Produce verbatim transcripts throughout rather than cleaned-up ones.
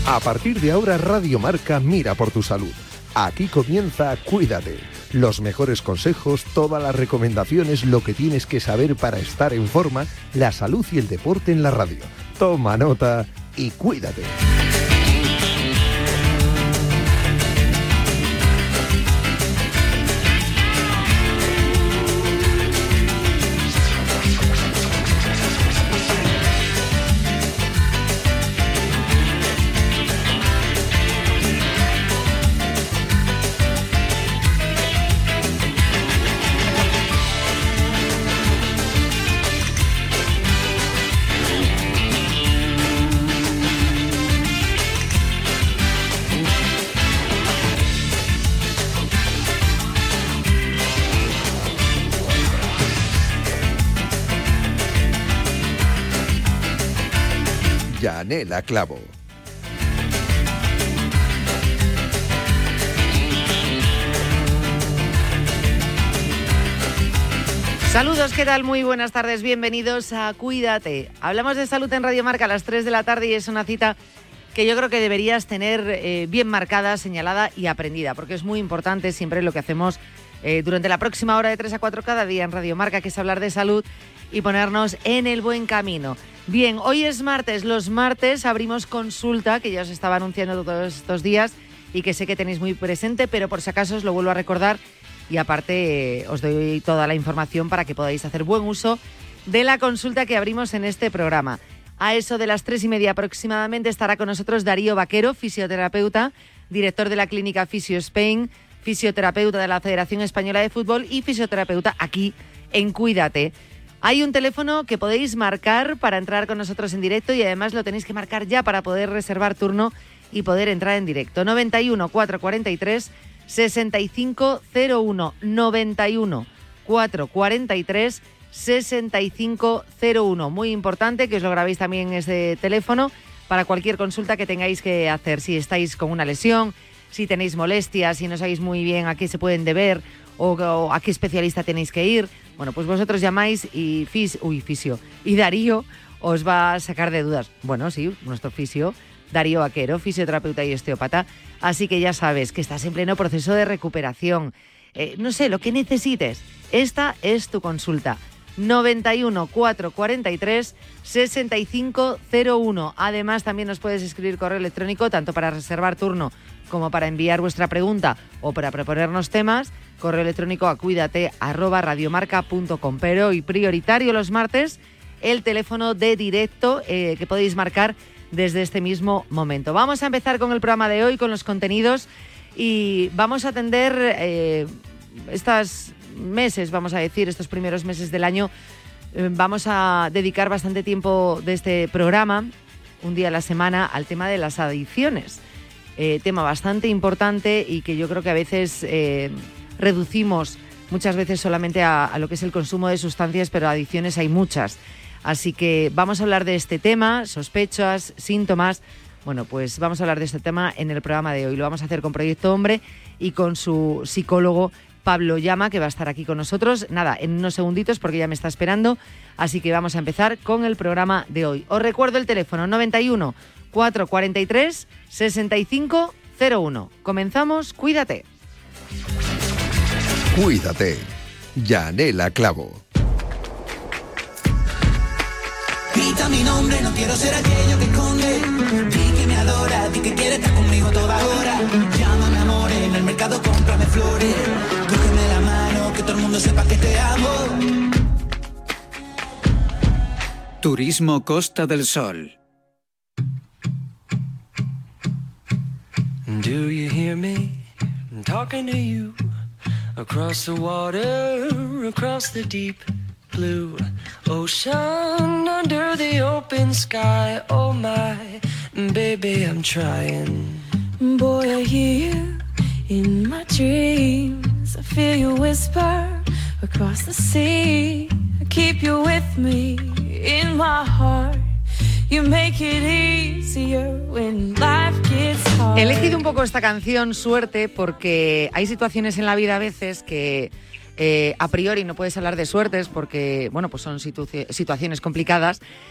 A partir de ahora, Radio Marca mira por tu salud. Aquí comienza Cuídate. Los mejores consejos, todas las recomendaciones, lo que tienes que saber para estar en forma, la salud y el deporte en la radio. Toma nota y cuídate. Yanela Clavo. Saludos, ¿qué tal? Muy buenas tardes, bienvenidos a Cuídate. Hablamos de salud en Radio Marca a las tres de la tarde y es una cita que yo creo que deberías tener eh, bien marcada, señalada y aprendida, porque es muy importante siempre lo que hacemos eh, durante la próxima hora de tres a cuatro cada día en Radio Marca, que es hablar de salud y ponernos en el buen camino. Bien, hoy es martes, los martes abrimos consulta, que ya os estaba anunciando todos estos días y que sé que tenéis muy presente, pero por si acaso os lo vuelvo a recordar y aparte eh, os doy toda la información para que podáis hacer buen uso de la consulta que abrimos en este programa. A eso de las tres y media aproximadamente estará con nosotros Darío Vaquero, fisioterapeuta, director de la clínica Fisio Spain, fisioterapeuta de la Federación Española de Fútbol y fisioterapeuta aquí en Cuídate. Hay un teléfono que podéis marcar para entrar con nosotros en directo y además lo tenéis que marcar ya para poder reservar turno y poder entrar en directo. noventa y uno, cuatrocientos cuarenta y tres, sesenta y cinco cero uno. noventa y uno, cuatrocientos cuarenta y tres, sesenta y cinco cero uno. Muy importante que os lo grabéis también en ese teléfono para cualquier consulta que tengáis que hacer. Si estáis con una lesión, si tenéis molestias, si no sabéis muy bien a qué se pueden deber o, o a qué especialista tenéis que ir, bueno, pues vosotros llamáis y fis, uy, fisio, y Darío os va a sacar de dudas. Bueno, sí, nuestro fisio, Darío Vaquero, fisioterapeuta y osteópata. Así que ya sabes que estás en pleno proceso de recuperación. Eh, no sé, lo que necesites. Esta es tu consulta. noventa y uno, cuatrocientos cuarenta y tres, sesenta y cinco cero uno. Además, también nos puedes escribir correo electrónico, tanto para reservar turno como para enviar vuestra pregunta o para proponernos temas. Correo electrónico a cuídate arroba radiomarca punto com. Pero hoy prioritario los martes, el teléfono de directo eh, que podéis marcar desde este mismo momento. Vamos a empezar con el programa de hoy, con los contenidos y vamos a atender eh, estos meses, vamos a decir, estos primeros meses del año. Eh, vamos a dedicar bastante tiempo de este programa, un día a la semana, al tema de las adicciones. Eh, tema bastante importante y que yo creo que a veces eh, reducimos muchas veces solamente a, a lo que es el consumo de sustancias, pero adicciones hay muchas. Así que vamos a hablar de este tema, sospechas, síntomas. Bueno, pues vamos a hablar de este tema en el programa de hoy. Lo vamos a hacer con Proyecto Hombre y con su psicólogo Pablo Llama, que va a estar aquí con nosotros. Nada, en unos segunditos porque ya me está esperando. Así que vamos a empezar con el programa de hoy. Os recuerdo el teléfono noventa y uno, cuatrocientos cuarenta y tres, sesenta y cinco cero uno. Comenzamos, Cuídate. Cuídate. Yanela Clavo. Grita mi nombre, no quiero ser aquello que esconde. Di que me adora, di que quiere estar conmigo toda hora. Llámame amor, en el mercado cómprame flores. Cógeme la mano, que todo el mundo sepa que te amo. Turismo Costa del Sol. Do you hear me? I'm talking to you. Across the water, across the deep blue ocean, under the open sky. Oh my, baby, I'm trying. Boy, I hear you in my dreams. I feel you whisper across the sea. I keep you with me in my heart. You make it easier when life gets hard. He elegido un poco esta canción, Suerte, porque hay situaciones en la vida a veces que eh, a priori no puedes hablar de suertes porque, bueno, pues son situ- situaciones complicadas,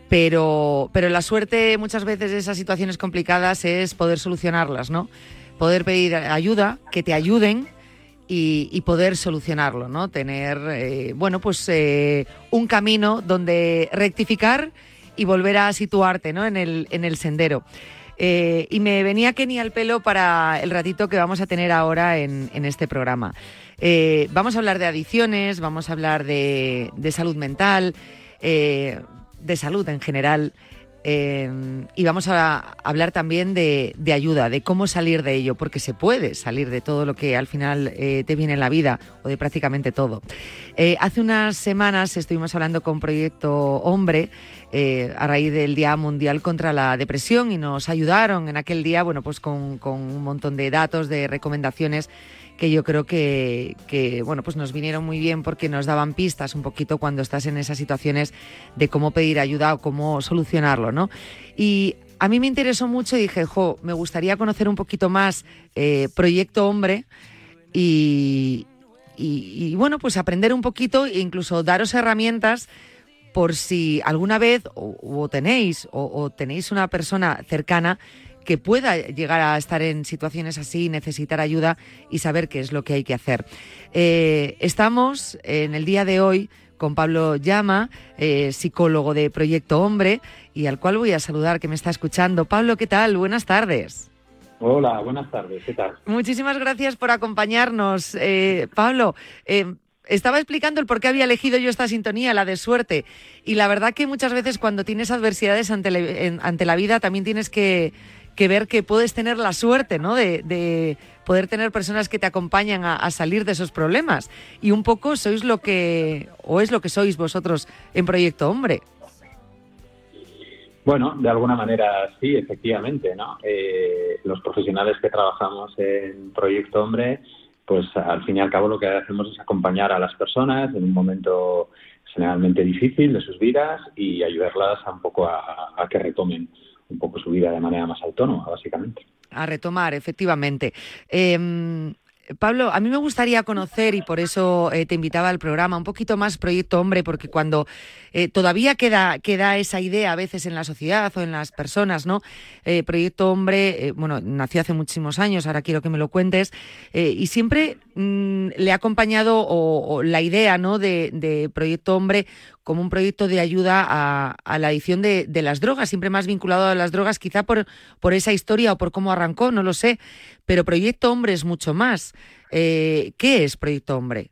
pero, pero la suerte muchas veces de esas situaciones complicadas es poder solucionarlas, ¿no? Poder pedir ayuda, que te ayuden y, y poder solucionarlo, ¿no? Tener, eh, bueno, pues eh, un camino donde rectificar y volver a situarte, ¿no? En el, en el sendero. Eh, y me venía Kenia al pelo para el ratito que vamos a tener ahora en, en este programa. Eh, vamos a hablar de adicciones, vamos a hablar de, de salud mental, eh, de salud en general, eh, y vamos a hablar también de, de ayuda, de cómo salir de ello, porque se puede salir de todo lo que al final eh, te viene en la vida, o de prácticamente todo. Eh, hace unas semanas estuvimos hablando con Proyecto Hombre, Eh, a raíz del Día Mundial contra la Depresión, y nos ayudaron en aquel día, bueno, pues con, con un montón de datos, de recomendaciones que yo creo que, que, bueno, pues nos vinieron muy bien porque nos daban pistas un poquito cuando estás en esas situaciones de cómo pedir ayuda o cómo solucionarlo, ¿no? Y a mí me interesó mucho y dije, jo, me gustaría conocer un poquito más eh, Proyecto Hombre y, y, y, bueno, pues aprender un poquito e incluso daros herramientas por si alguna vez o, o tenéis o, o tenéis una persona cercana que pueda llegar a estar en situaciones así, necesitar ayuda y saber qué es lo que hay que hacer. Eh, estamos en el día de hoy con Pablo Llama, eh, psicólogo de Proyecto Hombre, y al cual voy a saludar, que me está escuchando. Pablo, ¿qué tal? Buenas tardes. Hola, buenas tardes. ¿Qué tal? Muchísimas gracias por acompañarnos. Eh, Pablo, eh, estaba explicando el por qué había elegido yo esta sintonía, la de suerte, y la verdad que muchas veces cuando tienes adversidades ante, le, en, ante la vida también tienes que, que ver que puedes tener la suerte, ¿no? de, de poder tener personas que te acompañan a, a salir de esos problemas, y un poco sois lo que, o es lo que sois vosotros en Proyecto Hombre. Bueno, de alguna manera sí, efectivamente, ¿no? Eh, los profesionales que trabajamos en Proyecto Hombre, pues al fin y al cabo lo que hacemos es acompañar a las personas en un momento generalmente difícil de sus vidas y ayudarlas a un poco a, a que retomen un poco su vida de manera más autónoma, básicamente. A retomar, efectivamente. Eh, Pablo, a mí me gustaría conocer, y por eso eh, te invitaba al programa, un poquito más Proyecto Hombre, porque cuando eh, todavía queda, queda esa idea a veces en la sociedad o en las personas, ¿no? Eh, Proyecto Hombre, eh, bueno, nació hace muchísimos años, ahora quiero que me lo cuentes, eh, y siempre mmm, le ha acompañado o, o la idea, ¿no? de, de Proyecto Hombre como un proyecto de ayuda a, a la adicción de, de las drogas, siempre más vinculado a las drogas, quizá por, por esa historia o por cómo arrancó, no lo sé, pero Proyecto Hombre es mucho más. Eh, ¿Qué es Proyecto Hombre?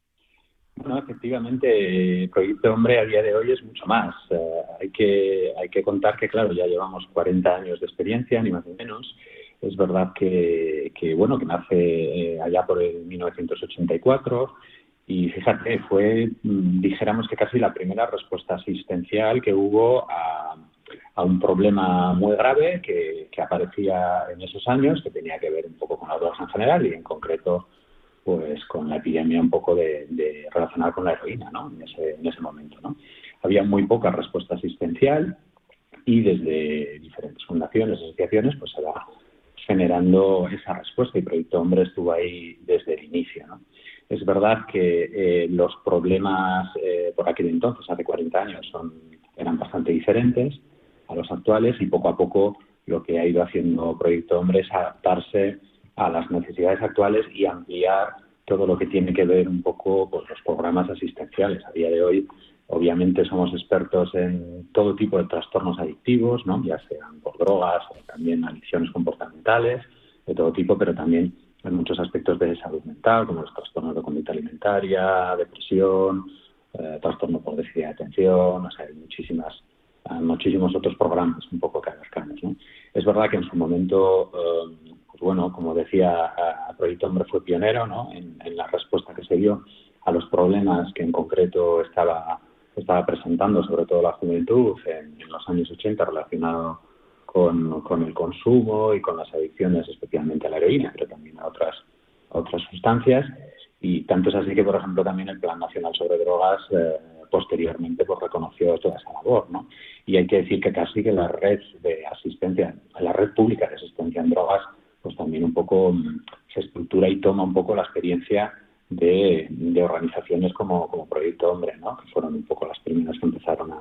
Bueno, efectivamente, Proyecto Hombre a día de hoy es mucho más. Uh, hay que hay que contar que, claro, ya llevamos cuarenta años de experiencia, ni más ni menos. Es verdad que, que bueno, que nace eh, allá por el mil novecientos ochenta y cuatro, y fíjate, fue, dijéramos que casi la primera respuesta asistencial que hubo a, a un problema muy grave que, que aparecía en esos años, que tenía que ver un poco con las drogas en general y en concreto pues con la epidemia un poco de, de relacionada con la heroína, ¿no? En ese, en ese momento, ¿no? Había muy poca respuesta asistencial y desde diferentes fundaciones, asociaciones, pues se va generando esa respuesta, y Proyecto Hombre estuvo ahí desde el inicio, ¿no? Es verdad que eh, los problemas eh, por aquel entonces, hace cuarenta años, son, eran bastante diferentes a los actuales, y poco a poco lo que ha ido haciendo Proyecto Hombre es adaptarse a las necesidades actuales y ampliar todo lo que tiene que ver un poco pues, los programas asistenciales. A día de hoy, obviamente, somos expertos en todo tipo de trastornos adictivos, ¿no? Ya sean por drogas o también adicciones comportamentales de todo tipo, pero también en muchos aspectos de salud mental, como los trastornos de conducta alimentaria, depresión, eh, trastorno por déficit de atención, o sea, hay muchísimas, eh, muchísimos otros programas un poco que abarcamos, ¿no? Es verdad que en su momento, eh, pues bueno, como decía, a Proyecto Hombre fue pionero, ¿no? en, en la respuesta que se dio a los problemas que en concreto estaba, estaba presentando, sobre todo la juventud, en, en los años ochenta, relacionado Con, con el consumo y con las adicciones, especialmente a la heroína, pero también a otras, a otras sustancias. Y tanto es así que, por ejemplo, también el Plan Nacional sobre Drogas eh, posteriormente pues, reconoció toda esa labor, ¿no? Y hay que decir que casi que la red de asistencia, la red pública de asistencia en drogas, pues también un poco se estructura y toma un poco la experiencia de, de organizaciones como, como Proyecto Hombre, ¿no? Que fueron un poco las primeras que empezaron a,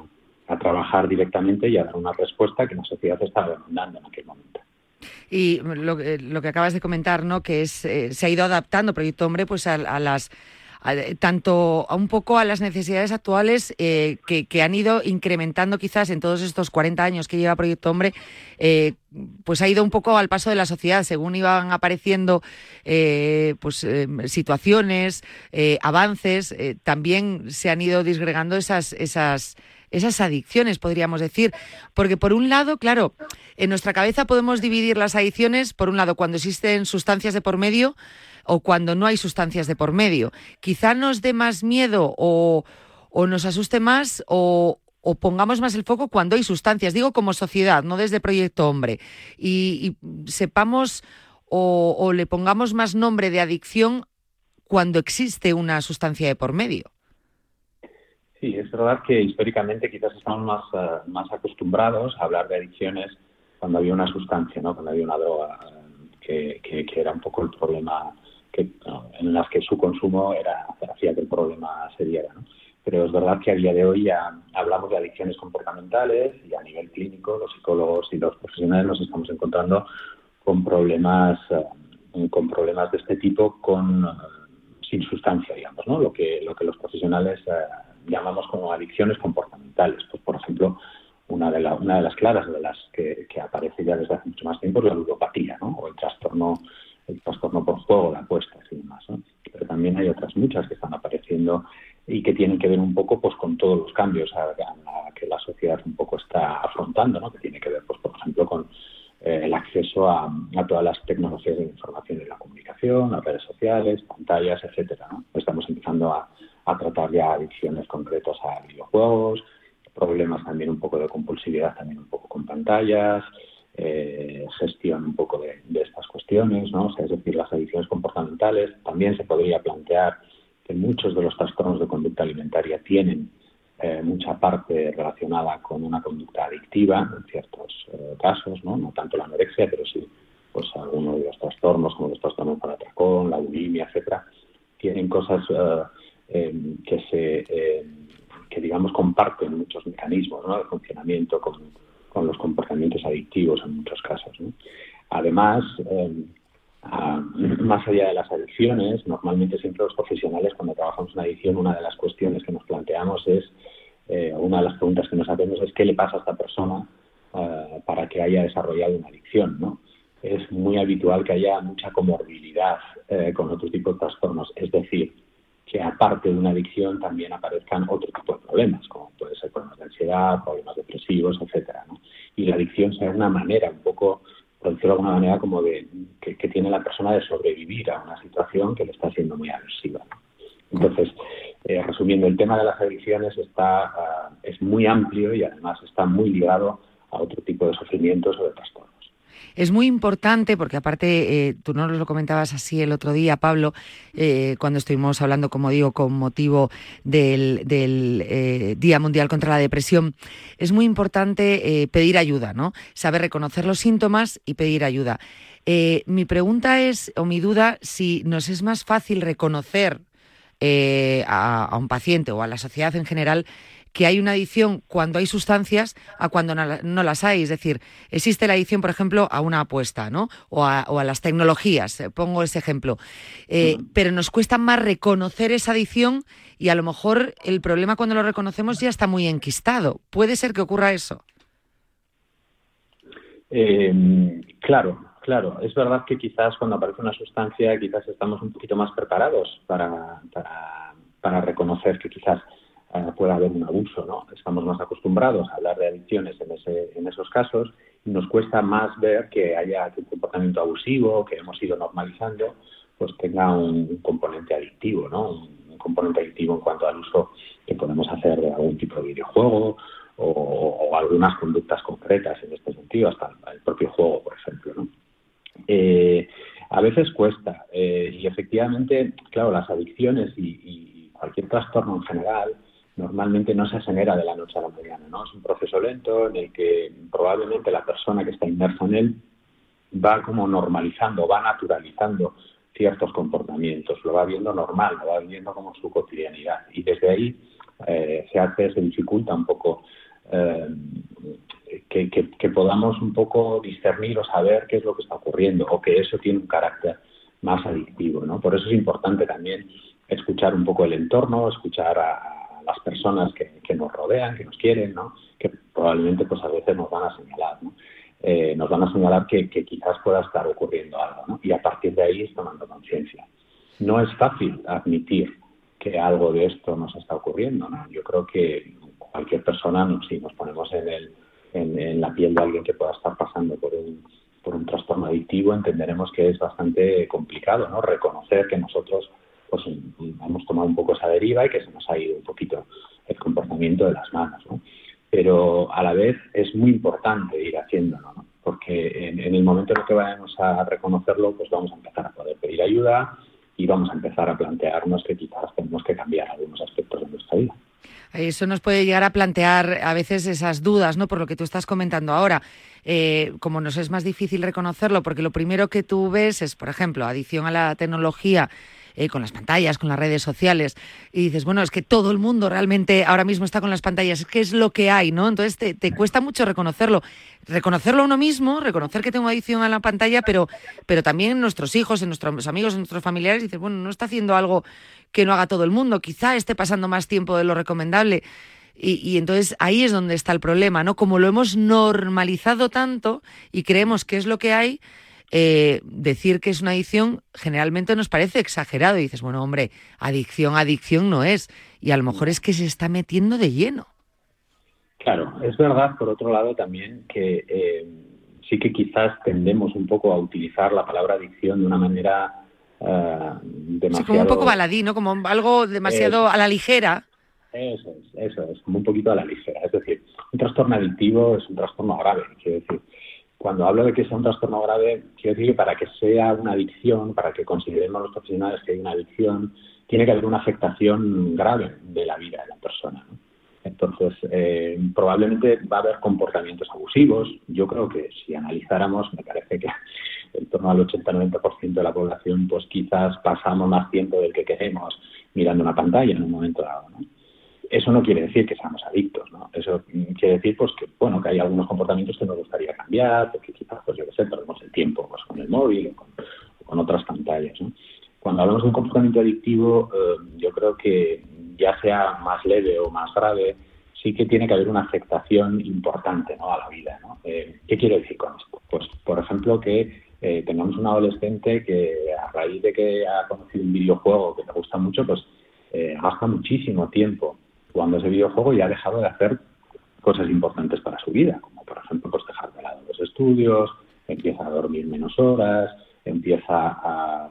a trabajar directamente y a dar una respuesta que la sociedad estaba demandando en aquel momento. Y lo, lo que acabas de comentar, ¿no? Que es eh, se ha ido adaptando Proyecto Hombre pues a, a las a, tanto a un poco a las necesidades actuales eh, que, que han ido incrementando quizás en todos estos cuarenta años que lleva Proyecto Hombre, eh, pues ha ido un poco al paso de la sociedad según iban apareciendo eh, pues eh, situaciones, eh, avances, eh, también se han ido disgregando esas esas esas adicciones, podríamos decir, porque por un lado, claro, en nuestra cabeza podemos dividir las adicciones, por un lado, cuando existen sustancias de por medio o cuando no hay sustancias de por medio. Quizá nos dé más miedo o, o nos asuste más o, o pongamos más el foco cuando hay sustancias, digo como sociedad, no desde Proyecto Hombre, y, y sepamos o, o le pongamos más nombre de adicción cuando existe una sustancia de por medio. Sí, es verdad que históricamente quizás estamos más, uh, más acostumbrados a hablar de adicciones cuando había una sustancia, ¿no? Cuando había una droga uh, que, que, que era un poco el problema, que, no, en las que su consumo era hacía que el problema se diera, ¿no? Pero es verdad que a día de hoy ya hablamos de adicciones comportamentales y a nivel clínico los psicólogos y los profesionales nos estamos encontrando con problemas, uh, con problemas de este tipo con uh, sin sustancia, digamos, ¿no? Lo que, lo que los profesionales uh, llamamos como adicciones comportamentales. Pues, por ejemplo, una de, la, una de las claras de las que, que aparece ya desde hace mucho más tiempo es la ludopatía, ¿no? O el trastorno, el trastorno por juego, la apuesta y demás, ¿no? Pero también hay otras muchas que están apareciendo y que tienen que ver un poco pues con todos los cambios a, a que la sociedad un poco está afrontando, ¿no? Que tiene que ver, pues por ejemplo, con eh, el acceso a, a todas las tecnologías de la información y la comunicación, las redes sociales, pantallas, etcétera, ¿no? Estamos empezando a a tratar ya adicciones concretas a videojuegos, problemas también un poco de compulsividad, también un poco con pantallas, eh, gestión un poco de, de estas cuestiones, ¿no? O sea, es decir, las adicciones comportamentales. También se podría plantear que muchos de los trastornos de conducta alimentaria tienen eh, mucha parte relacionada con una conducta adictiva en ciertos eh, casos, ¿no? No tanto la anorexia, pero sí pues algunos de los trastornos, como los trastornos para atracón, la bulimia, etcétera, tienen cosas eh, Eh, que se eh, que digamos comparten muchos mecanismos, ¿no? de funcionamiento con, con los comportamientos adictivos en muchos casos, ¿no? Además, eh, a, más allá de las adicciones, normalmente siempre los profesionales cuando trabajamos en adicción, una de las cuestiones que nos planteamos es, eh, una de las preguntas que nos hacemos es qué le pasa a esta persona eh, para que haya desarrollado una adicción, ¿no? Es muy habitual que haya mucha comorbilidad eh, con otro tipo de trastornos, es decir, que aparte de una adicción también aparezcan otro tipo de problemas, como puede ser problemas de ansiedad, problemas depresivos, etcétera, ¿no? Y la adicción sea una manera, un poco, por decirlo de alguna manera, como de que, que tiene la persona de sobrevivir a una situación que le está siendo muy aversiva, ¿no? Entonces, eh, resumiendo, el tema de las adicciones está uh, es muy amplio y además está muy ligado a otro tipo de sufrimientos o de trastornos. Es muy importante porque aparte, eh, tú nos lo comentabas así el otro día, Pablo, eh, cuando estuvimos hablando, como digo, con motivo del, del eh, Día Mundial contra la Depresión, es muy importante eh, pedir ayuda, ¿no? Saber reconocer los síntomas y pedir ayuda. Eh, mi pregunta es, o mi duda, si nos es más fácil reconocer eh, a, a un paciente o a la sociedad en general que hay una adicción cuando hay sustancias a cuando no, no las hay. Es decir, existe la adicción, por ejemplo, a una apuesta, ¿no? O a, o a las tecnologías, pongo ese ejemplo. Eh, uh-huh. Pero nos cuesta más reconocer esa adicción y a lo mejor el problema cuando lo reconocemos ya está muy enquistado. ¿Puede ser que ocurra eso? Eh, claro, claro. Es verdad que quizás cuando aparece una sustancia quizás estamos un poquito más preparados para, para, para reconocer que quizás puede haber un abuso, ¿no? Estamos más acostumbrados a hablar de adicciones en ese, en esos casos y nos cuesta más ver que haya un comportamiento abusivo que hemos ido normalizando, pues tenga un, un componente adictivo, ¿no? Un, un componente adictivo en cuanto al uso que podemos hacer de algún tipo de videojuego o, o algunas conductas concretas en este sentido, hasta el propio juego, por ejemplo, ¿no? Eh, a veces cuesta eh, y efectivamente, claro, las adicciones y, y cualquier trastorno en general normalmente no se genera de la noche a la mañana, ¿no? Es un proceso lento en el que probablemente la persona que está inmersa en él va como normalizando, va naturalizando ciertos comportamientos, lo va viendo normal, lo va viendo como su cotidianidad y desde ahí eh, se hace, se dificulta un poco eh, que, que, que podamos un poco discernir o saber qué es lo que está ocurriendo, o que eso tiene un carácter más adictivo, ¿no? Por eso es importante también escuchar un poco el entorno, escuchar a las personas que, que nos rodean, que nos quieren, ¿no? Que probablemente pues a veces nos van a señalar, ¿no? Eh, nos van a señalar que, que quizás pueda estar ocurriendo algo, ¿no? Y a partir de ahí es tomando conciencia. No es fácil admitir que algo de esto nos está ocurriendo, ¿no? Yo creo que cualquier persona, ¿no? Si nos ponemos en, el, en, en la piel de alguien que pueda estar pasando por un, por un trastorno adictivo, entenderemos que es bastante complicado, ¿no? Reconocer que nosotros pues hemos tomado un poco esa deriva y que se nos ha ido un poquito el comportamiento de las manos, ¿no? Pero a la vez es muy importante ir haciéndolo, ¿no? Porque en, en el momento en el que vayamos a reconocerlo, pues vamos a empezar a poder pedir ayuda y vamos a empezar a plantearnos que quizás tenemos que cambiar algunos aspectos de nuestra vida. Eso nos puede llegar a plantear a veces esas dudas, ¿no? Por lo que tú estás comentando ahora. Eh, como nos es más difícil reconocerlo, porque lo primero que tú ves es, por ejemplo, adicción a la tecnología, eh, con las pantallas, con las redes sociales, y dices, bueno, es que todo el mundo realmente ahora mismo está con las pantallas, es que es lo que hay, ¿no? Entonces te, te cuesta mucho reconocerlo. Reconocerlo a uno mismo, reconocer que tengo adicción a la pantalla, pero, pero también en nuestros hijos, en nuestros amigos, en nuestros familiares, dices, bueno, no está haciendo algo que no haga todo el mundo, quizá esté pasando más tiempo de lo recomendable. Y, y entonces ahí es donde está el problema, ¿no? Como lo hemos normalizado tanto y creemos que es lo que hay, eh, decir que es una adicción generalmente nos parece exagerado. Y dices, bueno, hombre, adicción, adicción no es. Y a lo mejor es que se está metiendo de lleno. Claro, es verdad, por otro lado, también que eh, sí que quizás tendemos un poco a utilizar la palabra adicción de una manera uh, demasiado... Sí, como un poco baladí, ¿no? Como algo demasiado eh, a la ligera. Eso es, eso es, como un poquito a la ligera. Es decir, un trastorno adictivo es un trastorno grave. Quiero decir, cuando hablo de que sea un trastorno grave, quiero decir que para que sea una adicción, para que consideremos los profesionales que hay una adicción, tiene que haber una afectación grave de la vida de la persona, ¿no? Entonces, eh, probablemente va a haber comportamientos abusivos. Yo creo que si analizáramos, me parece que en torno al ochenta a noventa por ciento de la población, pues quizás pasamos más tiempo del que queremos mirando una pantalla en un momento dado, ¿no? Eso no quiere decir que seamos adictos, ¿no? Eso quiere decir, pues, que bueno, que hay algunos comportamientos que nos gustaría cambiar, porque quizás, pues, yo qué sé, perdemos el tiempo pues, con el móvil o con, o con otras pantallas, ¿no? Cuando hablamos de un comportamiento adictivo, eh, yo creo que ya sea más leve o más grave, sí que tiene que haber una afectación importante, ¿no? A la vida, ¿no? Eh, ¿Qué quiero decir con esto? Pues, por ejemplo, que eh, tengamos un adolescente que a raíz de que ha conocido un videojuego que le gusta mucho, pues eh, gasta muchísimo tiempo jugando ese videojuego y ha dejado de hacer cosas importantes para su vida, como por ejemplo pues dejar de lado los estudios, empieza a dormir menos horas, empieza a,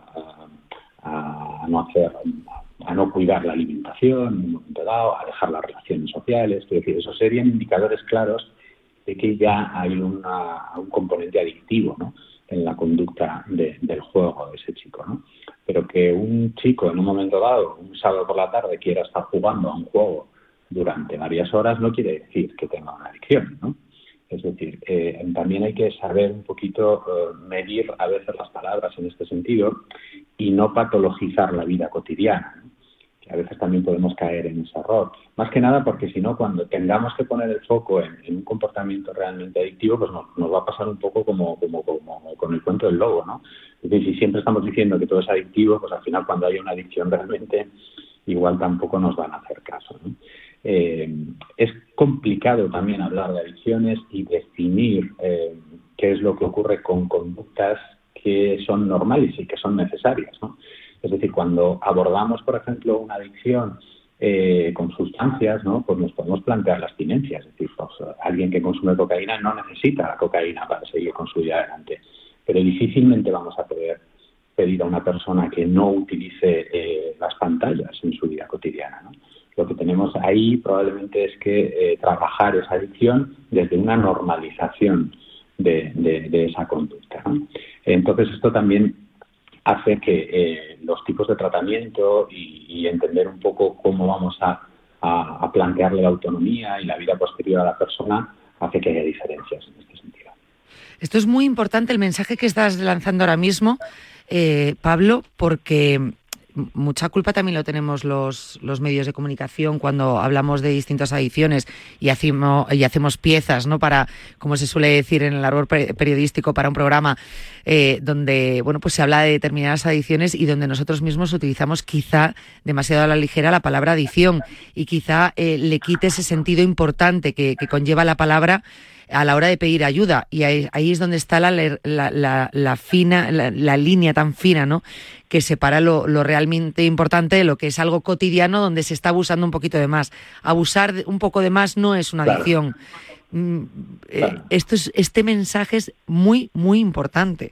a, a no hacer, a no cuidar la alimentación en un momento dado, a dejar las relaciones sociales. Es decir, esos serían indicadores claros de que ya hay una, un componente adictivo, ¿no? En la conducta de, del juego de ese chico, ¿no? Pero que un chico en un momento dado, un sábado por la tarde, quiera estar jugando a un juego durante varias horas no quiere decir que tenga una adicción, ¿no? Es decir, eh, también hay que saber un poquito eh, medir a veces las palabras en este sentido y no patologizar la vida cotidiana, ¿no? Que a veces también podemos caer en ese error. Más que nada porque si no, cuando tengamos que poner el foco en, en un comportamiento realmente adictivo, pues nos, nos va a pasar un poco como, como, como con el cuento del lobo, ¿no? Es decir, si siempre estamos diciendo que todo es adictivo, pues al final cuando haya una adicción realmente, igual tampoco nos van a hacer caso, ¿no? Eh, es complicado también hablar de adicciones y definir eh, qué es lo que ocurre con conductas que son normales y que son necesarias, ¿no? Es decir, cuando abordamos, por ejemplo, una adicción eh, con sustancias, ¿no? Pues nos podemos plantear la abstinencia. Es decir, pues, alguien que consume cocaína no necesita la cocaína para seguir con su vida adelante, pero difícilmente vamos a poder pedir a una persona que no utilice eh, las pantallas en su vida cotidiana, ¿no? Lo que tenemos ahí probablemente es que eh, trabajar esa adicción desde una normalización de, de, de esa conducta, ¿no? Entonces esto también hace que eh, los tipos de tratamiento y, y entender un poco cómo vamos a, a, a plantearle la autonomía y la vida posterior a la persona hace que haya diferencias en este sentido. Esto es muy importante, el mensaje que estás lanzando ahora mismo, eh, Pablo, porque mucha culpa también lo tenemos los, los medios de comunicación cuando hablamos de distintas adicciones y hacemos, y hacemos piezas, ¿no? Para, como se suele decir en el árbol periodístico, para un programa eh, donde, bueno, pues se habla de determinadas adicciones y donde nosotros mismos utilizamos quizá demasiado a la ligera la palabra adicción y quizá eh, le quite ese sentido importante que, que conlleva la palabra a la hora de pedir ayuda, y ahí, ahí es donde está la, la, la, la fina, la, la línea tan fina, ¿no?, que separa lo, lo realmente importante de lo que es algo cotidiano donde se está abusando un poquito de más. Abusar de, un poco de más no es una adicción. Claro. Eh, claro. Esto es, este mensaje es muy, muy importante.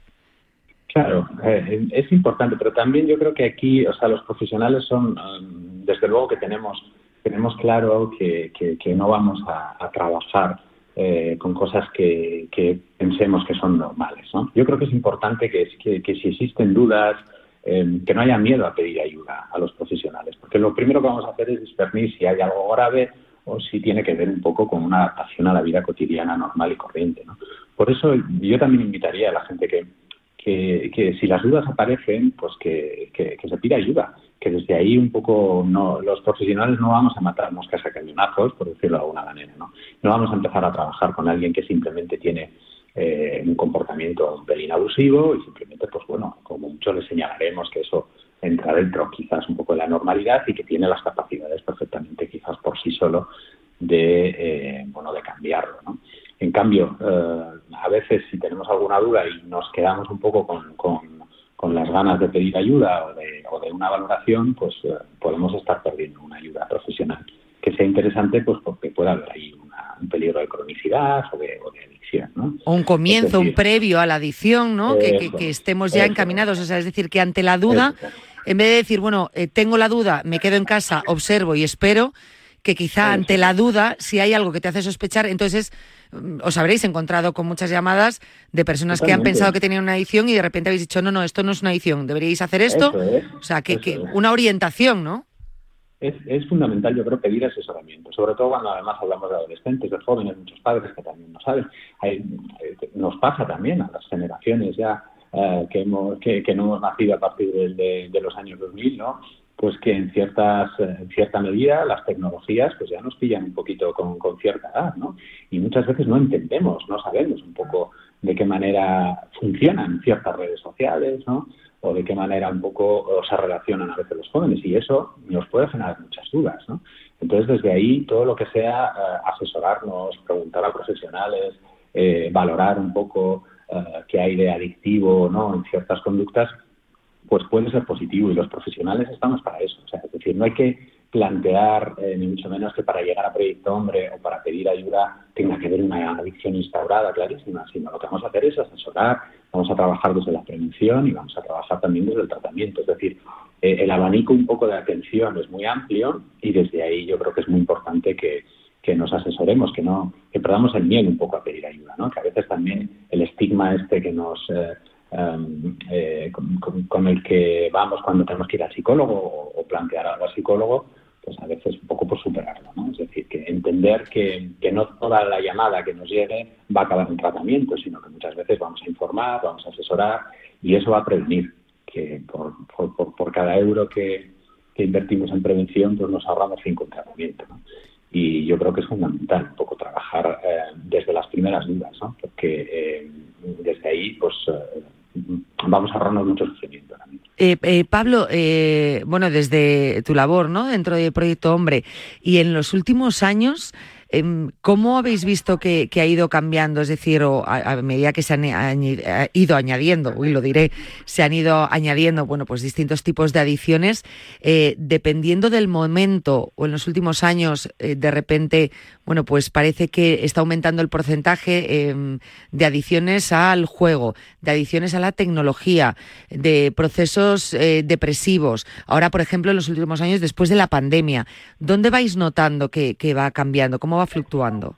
Claro, eh, es importante, pero también yo creo que aquí, o sea, los profesionales son, um, desde luego que tenemos, tenemos claro que, que, que no vamos a, a trabajar Eh, con cosas que, que pensemos que son normales, ¿no? Yo creo que es importante que, que, que si existen dudas, eh, que no haya miedo a pedir ayuda a los profesionales, porque lo primero que vamos a hacer es discernir si hay algo grave o si tiene que ver un poco con una adaptación a la vida cotidiana normal y corriente, ¿no? Por eso yo también invitaría a la gente que, que, que si las dudas aparecen, pues que, que, que se pida ayuda, que desde ahí un poco no, los profesionales no vamos a matar moscas a cañonazos, por decirlo de alguna manera, ¿no? No vamos a empezar a trabajar con alguien que simplemente tiene eh, un comportamiento un pelín abusivo y simplemente, pues bueno, como mucho le señalaremos que eso entra dentro quizás un poco de la normalidad y que tiene las capacidades perfectamente quizás por sí solo de, eh, bueno, de cambiarlo, ¿no? En cambio, eh, a veces si tenemos alguna duda y nos quedamos un poco con, con, con las ganas de pedir ayuda o de, o de una valoración, pues eh, podemos estar perdiendo una ayuda profesional que sea interesante, pues porque pueda haber ahí una, un peligro de cronicidad o de, o de adicción, ¿no? O un comienzo, decir, un previo a la adicción, ¿no? Eso, que, que, que estemos ya eso, encaminados, o sea, es decir, que ante la duda, eso, en vez de decir, bueno, eh, tengo la duda, me quedo en casa, observo y espero, que quizá eso, ante la duda, si hay algo que te hace sospechar, entonces os habréis encontrado con muchas llamadas de personas Totalmente. que han pensado que tenían una adicción y de repente habéis dicho, no, no, esto no es una adicción, deberíais hacer esto. Es, o sea, que, que una orientación, ¿no? Es, es fundamental, yo creo, pedir asesoramiento, sobre todo cuando además hablamos de adolescentes, de jóvenes, muchos padres que también no saben. Hay, nos pasa también a las generaciones ya eh, que, hemos, que, que no hemos nacido a partir de, de, de los años dos mil, ¿no? Pues que en ciertas en cierta medida las tecnologías pues ya nos pillan un poquito con, con cierta edad, ¿no? Y muchas veces no entendemos, no sabemos un poco de qué manera funcionan ciertas redes sociales, ¿no? O de qué manera un poco se relacionan a veces los jóvenes, y eso nos puede generar muchas dudas, ¿no? Entonces, desde ahí, todo lo que sea eh, asesorarnos, preguntar a profesionales, eh, valorar un poco eh, qué hay de adictivo, ¿no?, en ciertas conductas, pues puede ser positivo, y los profesionales estamos para eso. O sea, es decir, no hay que plantear, eh, ni mucho menos que para llegar a Proyecto Hombre o para pedir ayuda tenga que haber una adicción instaurada, clarísima, sino lo que vamos a hacer es asesorar, vamos a trabajar desde la prevención y vamos a trabajar también desde el tratamiento. Es decir, eh, el abanico un poco de atención es muy amplio, y desde ahí yo creo que es muy importante que, que nos asesoremos, que no que perdamos el miedo un poco a pedir ayuda, ¿no? Que a veces también el estigma este que nos... Eh, Um, eh, con, con, con el que vamos cuando tenemos que ir al psicólogo o, o plantear algo al psicólogo, pues a veces un poco por superarlo, ¿no? Es decir, que entender que, que no toda la llamada que nos llegue va a acabar en tratamiento, sino que muchas veces vamos a informar, vamos a asesorar, y eso va a prevenir, que por, por, por, por cada euro que, que invertimos en prevención, pues nos ahorramos cinco en tratamiento, ¿no? Y yo creo que es fundamental un poco trabajar eh, desde las primeras dudas, ¿no? Porque eh, desde ahí, pues... Eh, vamos a ahorrarnos mucho sufrimiento también. Eh, eh, Pablo, eh, bueno, desde tu labor, ¿no?, dentro de Proyecto Hombre, y en los últimos años, eh, ¿cómo habéis visto que, que ha ido cambiando? Es decir, o a, a medida que se han añi- ha ido añadiendo, uy, lo diré, se han ido añadiendo, bueno, pues distintos tipos de adicciones, eh, dependiendo del momento, o en los últimos años, eh, de repente, bueno, pues parece que está aumentando el porcentaje eh, de adicciones al juego, de adicciones a la tecnología, de procesos eh, depresivos. Ahora, por ejemplo, en los últimos años, después de la pandemia, ¿dónde vais notando que, que va cambiando? ¿Cómo va fluctuando?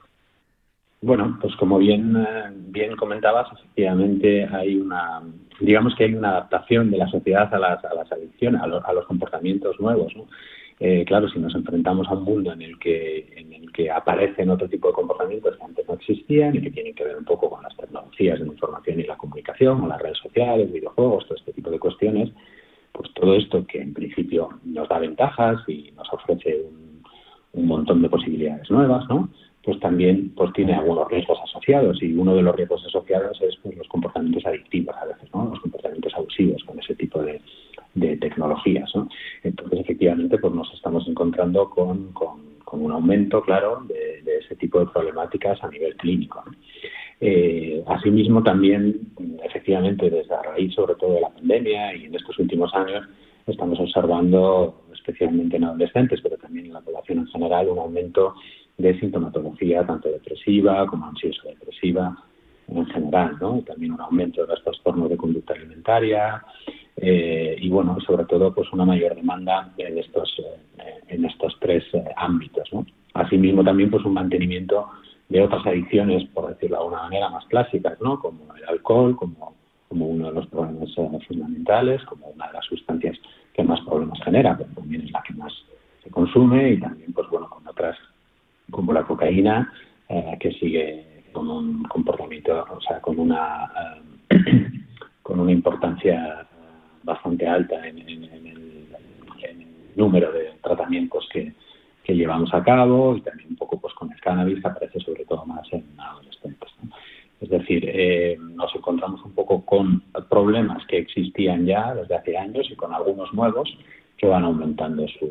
Bueno, pues como bien, bien comentabas, efectivamente hay una, digamos que hay una adaptación de la sociedad a las, a las adicciones, a, lo, a los comportamientos nuevos, ¿no? Eh, claro, si nos enfrentamos a un mundo en el que en el que aparecen otro tipo de comportamientos que antes no existían y que tienen que ver un poco con las tecnologías de la información y la comunicación, o las redes sociales, videojuegos, todo este tipo de cuestiones, pues todo esto que en principio nos da ventajas y nos ofrece un, un montón de posibilidades nuevas, ¿no? Pues también pues tiene algunos riesgos asociados, y uno de los riesgos asociados es pues los comportamientos adictivos a veces, ¿no? Los comportamientos abusivos con ese tipo de, de tecnologías, ¿no? Entonces, efectivamente, pues nos estamos encontrando con, con, con un aumento, claro, de, de ese tipo de problemáticas a nivel clínico, ¿no? Eh, asimismo, también, efectivamente, desde a raíz, sobre todo de la pandemia y en estos últimos años, estamos observando, especialmente en adolescentes, pero también en la población en general, un aumento de sintomatología tanto depresiva como ansioso-depresiva en general, ¿no? También un aumento de los trastornos de conducta alimentaria eh, y, bueno, sobre todo, pues una mayor demanda en estos eh, en estos tres eh, ámbitos, ¿no? Asimismo, también, pues un mantenimiento de otras adicciones, por decirlo de alguna manera, más clásicas, ¿no? Como el alcohol, como, como uno de los problemas eh, fundamentales, como una de las sustancias que más problemas genera, pero también es la que más se consume, y también, pues bueno, con otras como la cocaína, eh, que sigue con un comportamiento, o sea, con una eh, con una importancia bastante alta en, en, en, el, en el número de tratamientos que, que llevamos a cabo, y también un poco pues con el cannabis, que aparece sobre todo más en adolescentes, ¿no? Es decir, eh, nos encontramos un poco con problemas que existían ya desde hace años y con algunos nuevos que van aumentando su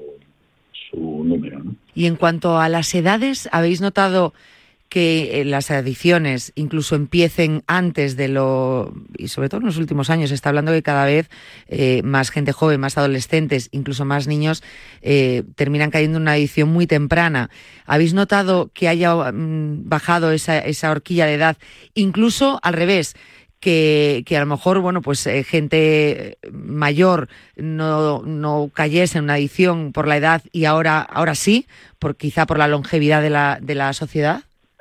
su número, ¿no? Y en cuanto a las edades, ¿habéis notado que las adicciones incluso empiecen antes de lo... y sobre todo en los últimos años se está hablando que cada vez eh, más gente joven, más adolescentes, incluso más niños, eh, terminan cayendo en una adicción muy temprana? ¿Habéis notado que haya mm, bajado esa, esa horquilla de edad? Incluso al revés, Que, que a lo mejor, bueno, pues eh, gente mayor no, no cayese en una adicción por la edad y ahora ahora sí, por quizá por la longevidad de la de la sociedad.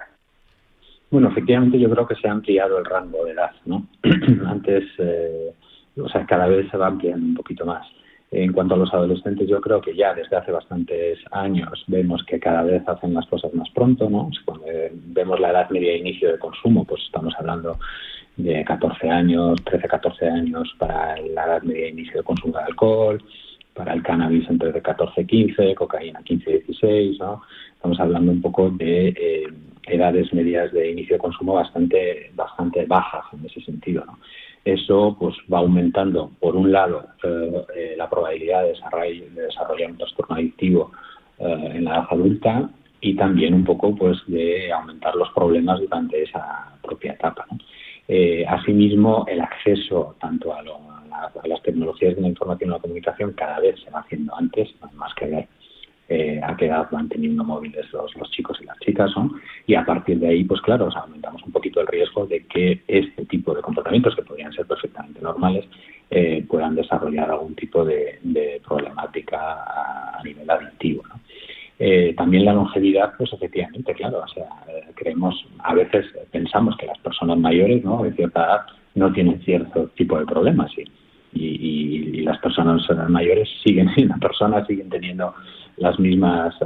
Bueno, efectivamente yo creo que se ha ampliado el rango de edad, ¿no? Antes, eh, o sea, cada vez se va ampliando un poquito más. En cuanto a los adolescentes, yo creo que ya desde hace bastantes años vemos que cada vez hacen las cosas más pronto, ¿no? Cuando vemos la edad media de inicio de consumo, pues estamos hablando de catorce años, trece, catorce años para la edad media de inicio de consumo de alcohol, para el cannabis entre de catorce, quince, cocaína quince, dieciséis, ¿no? Estamos hablando un poco de eh, edades medias de inicio de consumo bastante bastante bajas en ese sentido, ¿no? Eso pues va aumentando, por un lado, eh, eh, la probabilidad de desarrollar, de desarrollar un trastorno adictivo eh, en la edad adulta, y también un poco pues de aumentar los problemas durante esa propia etapa, ¿no? Eh, asimismo, el acceso tanto a, lo, a, la, a las tecnologías de la información y la comunicación cada vez se va haciendo antes, más que ver eh, a qué edad van teniendo móviles los, los chicos y las chicas, ¿no? Y a partir de ahí, pues claro, o sea, aumentamos un poquito el riesgo de que este tipo de comportamientos, que podrían ser perfectamente normales, eh, puedan desarrollar algún tipo de, de problemática a, a nivel adictivo, ¿no? Eh, también la longevidad, pues efectivamente, claro, o sea, eh, creemos, a veces pensamos que las personas mayores, ¿no?, de cierta edad no tienen cierto tipo de problemas, y, y, y las personas mayores siguen siendo personas, siguen teniendo las mismas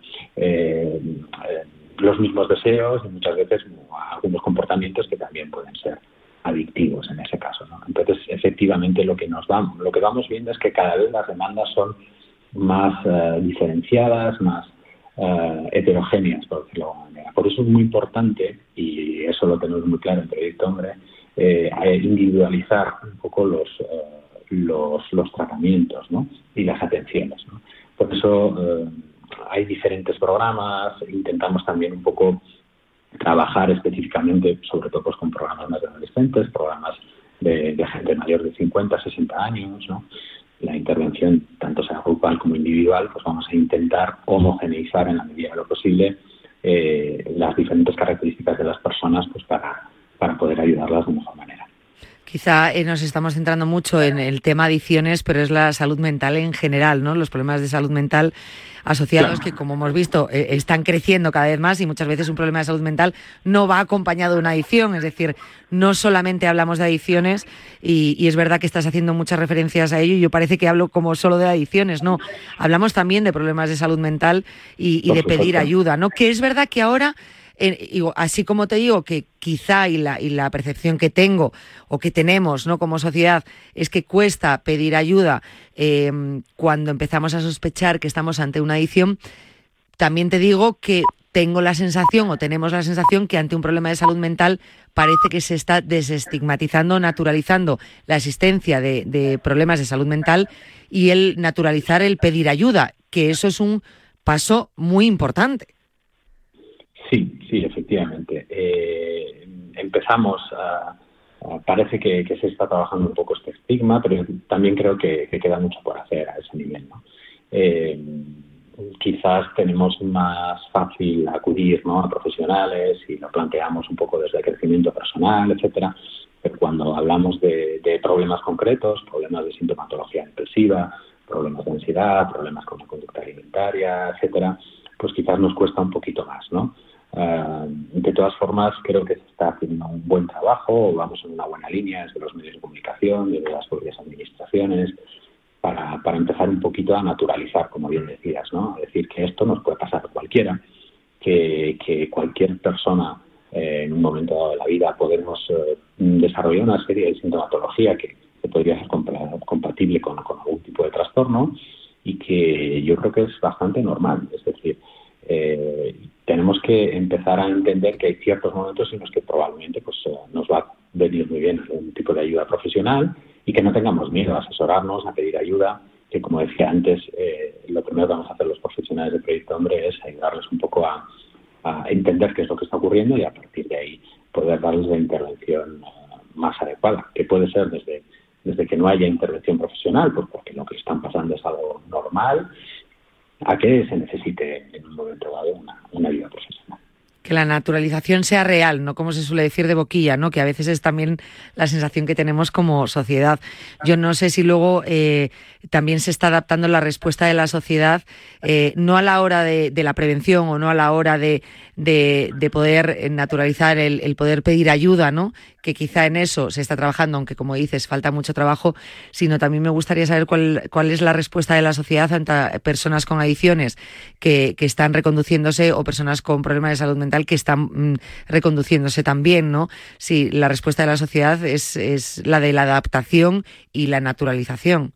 eh, eh, los mismos deseos y muchas veces algunos comportamientos que también pueden ser adictivos en ese caso, ¿no? Entonces, efectivamente, lo que nos vamos, lo que vamos viendo es que cada vez las demandas son más uh, diferenciadas, más uh, heterogéneas, por decirlo de alguna manera. Por eso es muy importante, y eso lo tenemos muy claro en Proyecto Hombre, eh, individualizar un poco los, uh, los, los tratamientos, ¿no?, y las atenciones, ¿no? Por eso uh, hay diferentes programas, intentamos también un poco trabajar específicamente, sobre todo pues, con programas más de adolescentes, programas de, de gente mayor de cincuenta, sesenta años, ¿no? La intervención, tanto sea grupal como individual, pues vamos a intentar homogeneizar en la medida de lo posible eh, las diferentes características de las personas, pues para, para poder ayudarlas de mejor manera. Quizá eh, nos estamos centrando mucho en el tema adicciones, pero es la salud mental en general, ¿no? Los problemas de salud mental asociados, claro, que, como hemos visto, eh, están creciendo cada vez más, y muchas veces un problema de salud mental no va acompañado de una adicción. Es decir, no solamente hablamos de adicciones, y, y es verdad que estás haciendo muchas referencias a ello, y yo parece que hablo como solo de adicciones, no. Hablamos también de problemas de salud mental y, y de pedir ayuda, ¿no? Que es verdad que ahora eh, y, así como te digo que quizá y la, y la percepción que tengo o que tenemos, ¿no?, como sociedad es que cuesta pedir ayuda eh, cuando empezamos a sospechar que estamos ante una adicción, también te digo que tengo la sensación o tenemos la sensación que ante un problema de salud mental parece que se está desestigmatizando, naturalizando la existencia de, de problemas de salud mental y el naturalizar el pedir ayuda, que eso es un paso muy importante. Sí, sí, efectivamente. Eh, empezamos a, a parece que, que se está trabajando un poco este estigma, pero también creo que, que queda mucho por hacer a ese nivel, ¿no? Eh, quizás tenemos más fácil acudir, ¿no?, a profesionales y lo planteamos un poco desde el crecimiento personal, etcétera, pero cuando hablamos de, de problemas concretos, problemas de sintomatología depresiva, problemas de ansiedad, problemas con la conducta alimentaria, etcétera, pues quizás nos cuesta un poquito más, ¿no? Uh, de todas formas, creo que se está haciendo un buen trabajo, vamos en una buena línea desde los medios de comunicación, desde las propias administraciones, Para, para empezar un poquito a naturalizar, como bien decías, ¿no? Es decir, que esto nos puede pasar a cualquiera, que, que cualquier persona eh, en un momento dado de la vida podemos eh, desarrollar una serie de sintomatología que, que podría ser compatible con, con algún tipo de trastorno y que yo creo que es bastante normal. Es decir, eh, tenemos que empezar a entender que hay ciertos momentos en los que probablemente pues, eh, nos va a venir muy bien algún tipo de ayuda profesional y que no tengamos miedo a asesorarnos, a pedir ayuda, que como decía antes, eh, lo primero que vamos a hacer los profesionales de Proyecto Hombre es ayudarles un poco a, a entender qué es lo que está ocurriendo y a partir de ahí poder darles la intervención uh, más adecuada, que puede ser desde, desde que no haya intervención profesional, pues porque lo que están pasando es algo normal, a que se necesite en un momento dado una, una ayuda profesional. Que la naturalización sea real, no como se suele decir de boquilla, ¿no? Que a veces es también la sensación que tenemos como sociedad. Yo no sé si luego eh, también se está adaptando la respuesta de la sociedad, eh, no a la hora de, de la prevención o no a la hora de, de, de poder naturalizar el, el poder pedir ayuda, ¿no? Que quizá en eso se está trabajando, aunque como dices, falta mucho trabajo, sino también me gustaría saber cuál, cuál es la respuesta de la sociedad ante personas con adicciones que, que están reconduciéndose o personas con problemas de salud mental que están mm, reconduciéndose también, ¿no? Si la respuesta de la sociedad es, es la de la adaptación y la naturalización.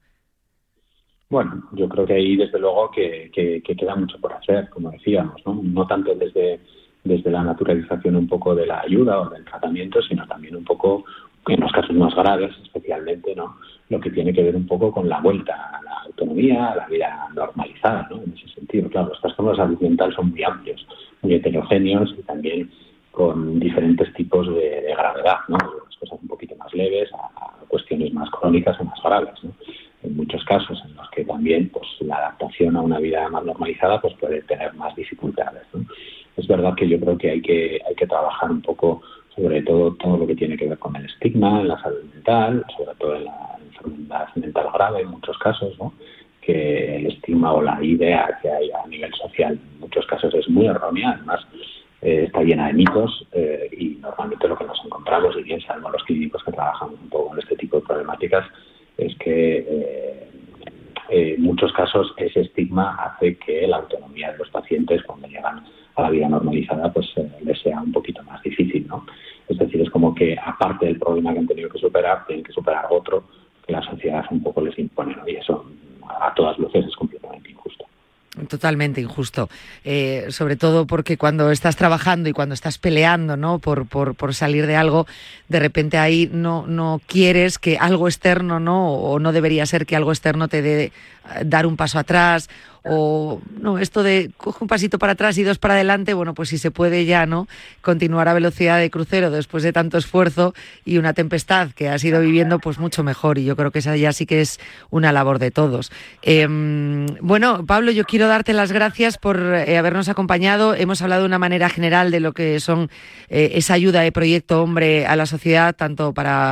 Bueno, yo creo que ahí desde luego que, que, que queda mucho por hacer, como decíamos, ¿no? No tanto desde, desde la naturalización un poco de la ayuda o del tratamiento, sino también un poco, en los casos más graves especialmente, ¿no?, lo que tiene que ver un poco con la vuelta a la autonomía, a la vida normalizada, ¿no? En ese sentido, claro, los trastornos de salud mental son muy amplios, muy heterogéneos y también con diferentes tipos de, de gravedad, ¿no? Las cosas un poquito más leves a, a cuestiones más crónicas o más graves, ¿no? En muchos casos en los que también pues la adaptación a una vida más normalizada pues puede tener más dificultades, ¿no? Es verdad que yo creo que hay que hay que trabajar un poco sobre todo todo lo que tiene que ver con el estigma en la salud mental, sobre todo en la enfermedad mental grave en muchos casos, ¿no? Que el estigma o la idea que hay a nivel social en muchos casos es muy errónea, además eh, está llena de mitos eh, y normalmente lo que nos encontramos, y bien sabemos los clínicos que trabajamos un poco con este tipo de problemáticas, es que eh, eh, en muchos casos ese estigma hace que la autonomía de los pacientes cuando llegan a la vida normalizada pues eh, les sea un poquito más difícil, ¿no? Es decir, es como que aparte del problema que han tenido que superar, tienen que superar otro que la sociedad un poco les impone, ¿no? Y eso a todas luces es completamente injusto. Totalmente injusto, eh, sobre todo porque cuando estás trabajando y cuando estás peleando, ¿no?, por, por, por salir de algo, de repente ahí no, no quieres que algo externo, ¿no?, o no debería ser que algo externo te dé dar un paso atrás, o no, esto de coge un pasito para atrás y dos para adelante, bueno, pues si se puede ya, ¿no?, continuar a velocidad de crucero después de tanto esfuerzo y una tempestad que has ido viviendo, pues mucho mejor, y yo creo que esa ya sí que es una labor de todos. Eh, bueno, Pablo, yo quiero darte las gracias por eh, habernos acompañado. Hemos hablado de una manera general de lo que son eh, esa ayuda de Proyecto Hombre a la sociedad, tanto para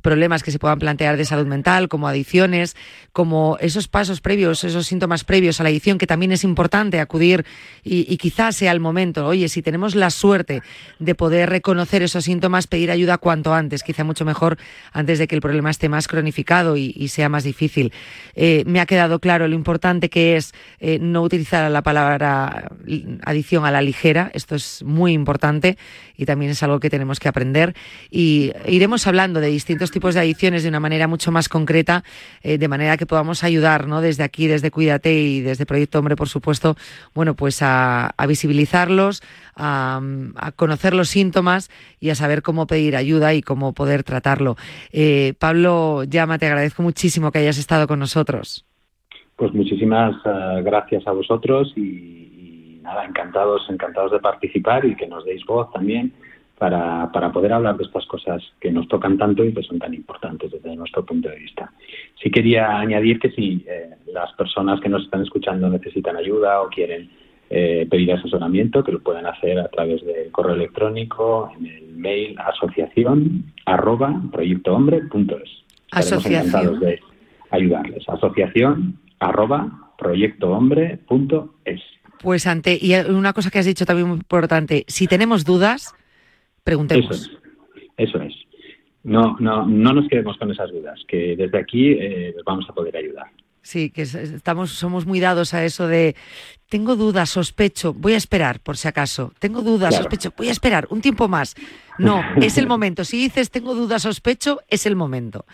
problemas que se puedan plantear de salud mental, como adicciones, como esos pasos previos, esos síntomas previos a la adicción, que también es importante acudir y, y quizás sea el momento. Oye, si tenemos la suerte de poder reconocer esos síntomas, pedir ayuda cuanto antes, quizá mucho mejor antes de que el problema esté más cronificado y, y sea más difícil. Eh, me ha quedado claro lo importante que es eh, no utilizar la palabra adicción a la ligera. Esto es muy importante y también es algo que tenemos que aprender, y iremos hablando de distintos tipos de adicciones de una manera mucho más concreta, eh, de manera que podamos ayudar, ¿no? Desde aquí, desde Cuídate y desde Proyecto Hombre, por supuesto, bueno, pues a, a visibilizarlos, a, a conocer los síntomas y a saber cómo pedir ayuda y cómo poder tratarlo. Eh, Pablo Llama, te agradezco muchísimo que hayas estado con nosotros. Pues muchísimas uh, gracias a vosotros y nada, encantados, encantados de participar y que nos deis voz también para, para poder hablar de estas cosas que nos tocan tanto y que son tan importantes desde nuestro punto de vista. Sí quería añadir que si eh, las personas que nos están escuchando necesitan ayuda o quieren eh, pedir asesoramiento, que lo pueden hacer a través del correo electrónico, en el mail asociación arroba proyectohombre punto es. Estaremos encantados de ayudarles. Asociación arroba proyectohombre punto es. Pues ante, y una cosa que has dicho también muy importante, si tenemos dudas, preguntemos. Eso es, eso es. No, no, no nos quedemos con esas dudas, que desde aquí eh, les vamos a poder ayudar. Sí, que estamos, somos muy dados a eso de tengo dudas, sospecho, voy a esperar por si acaso. Tengo dudas, claro. sospecho, voy a esperar un tiempo más. No, es el momento. Si dices tengo dudas, sospecho, es el momento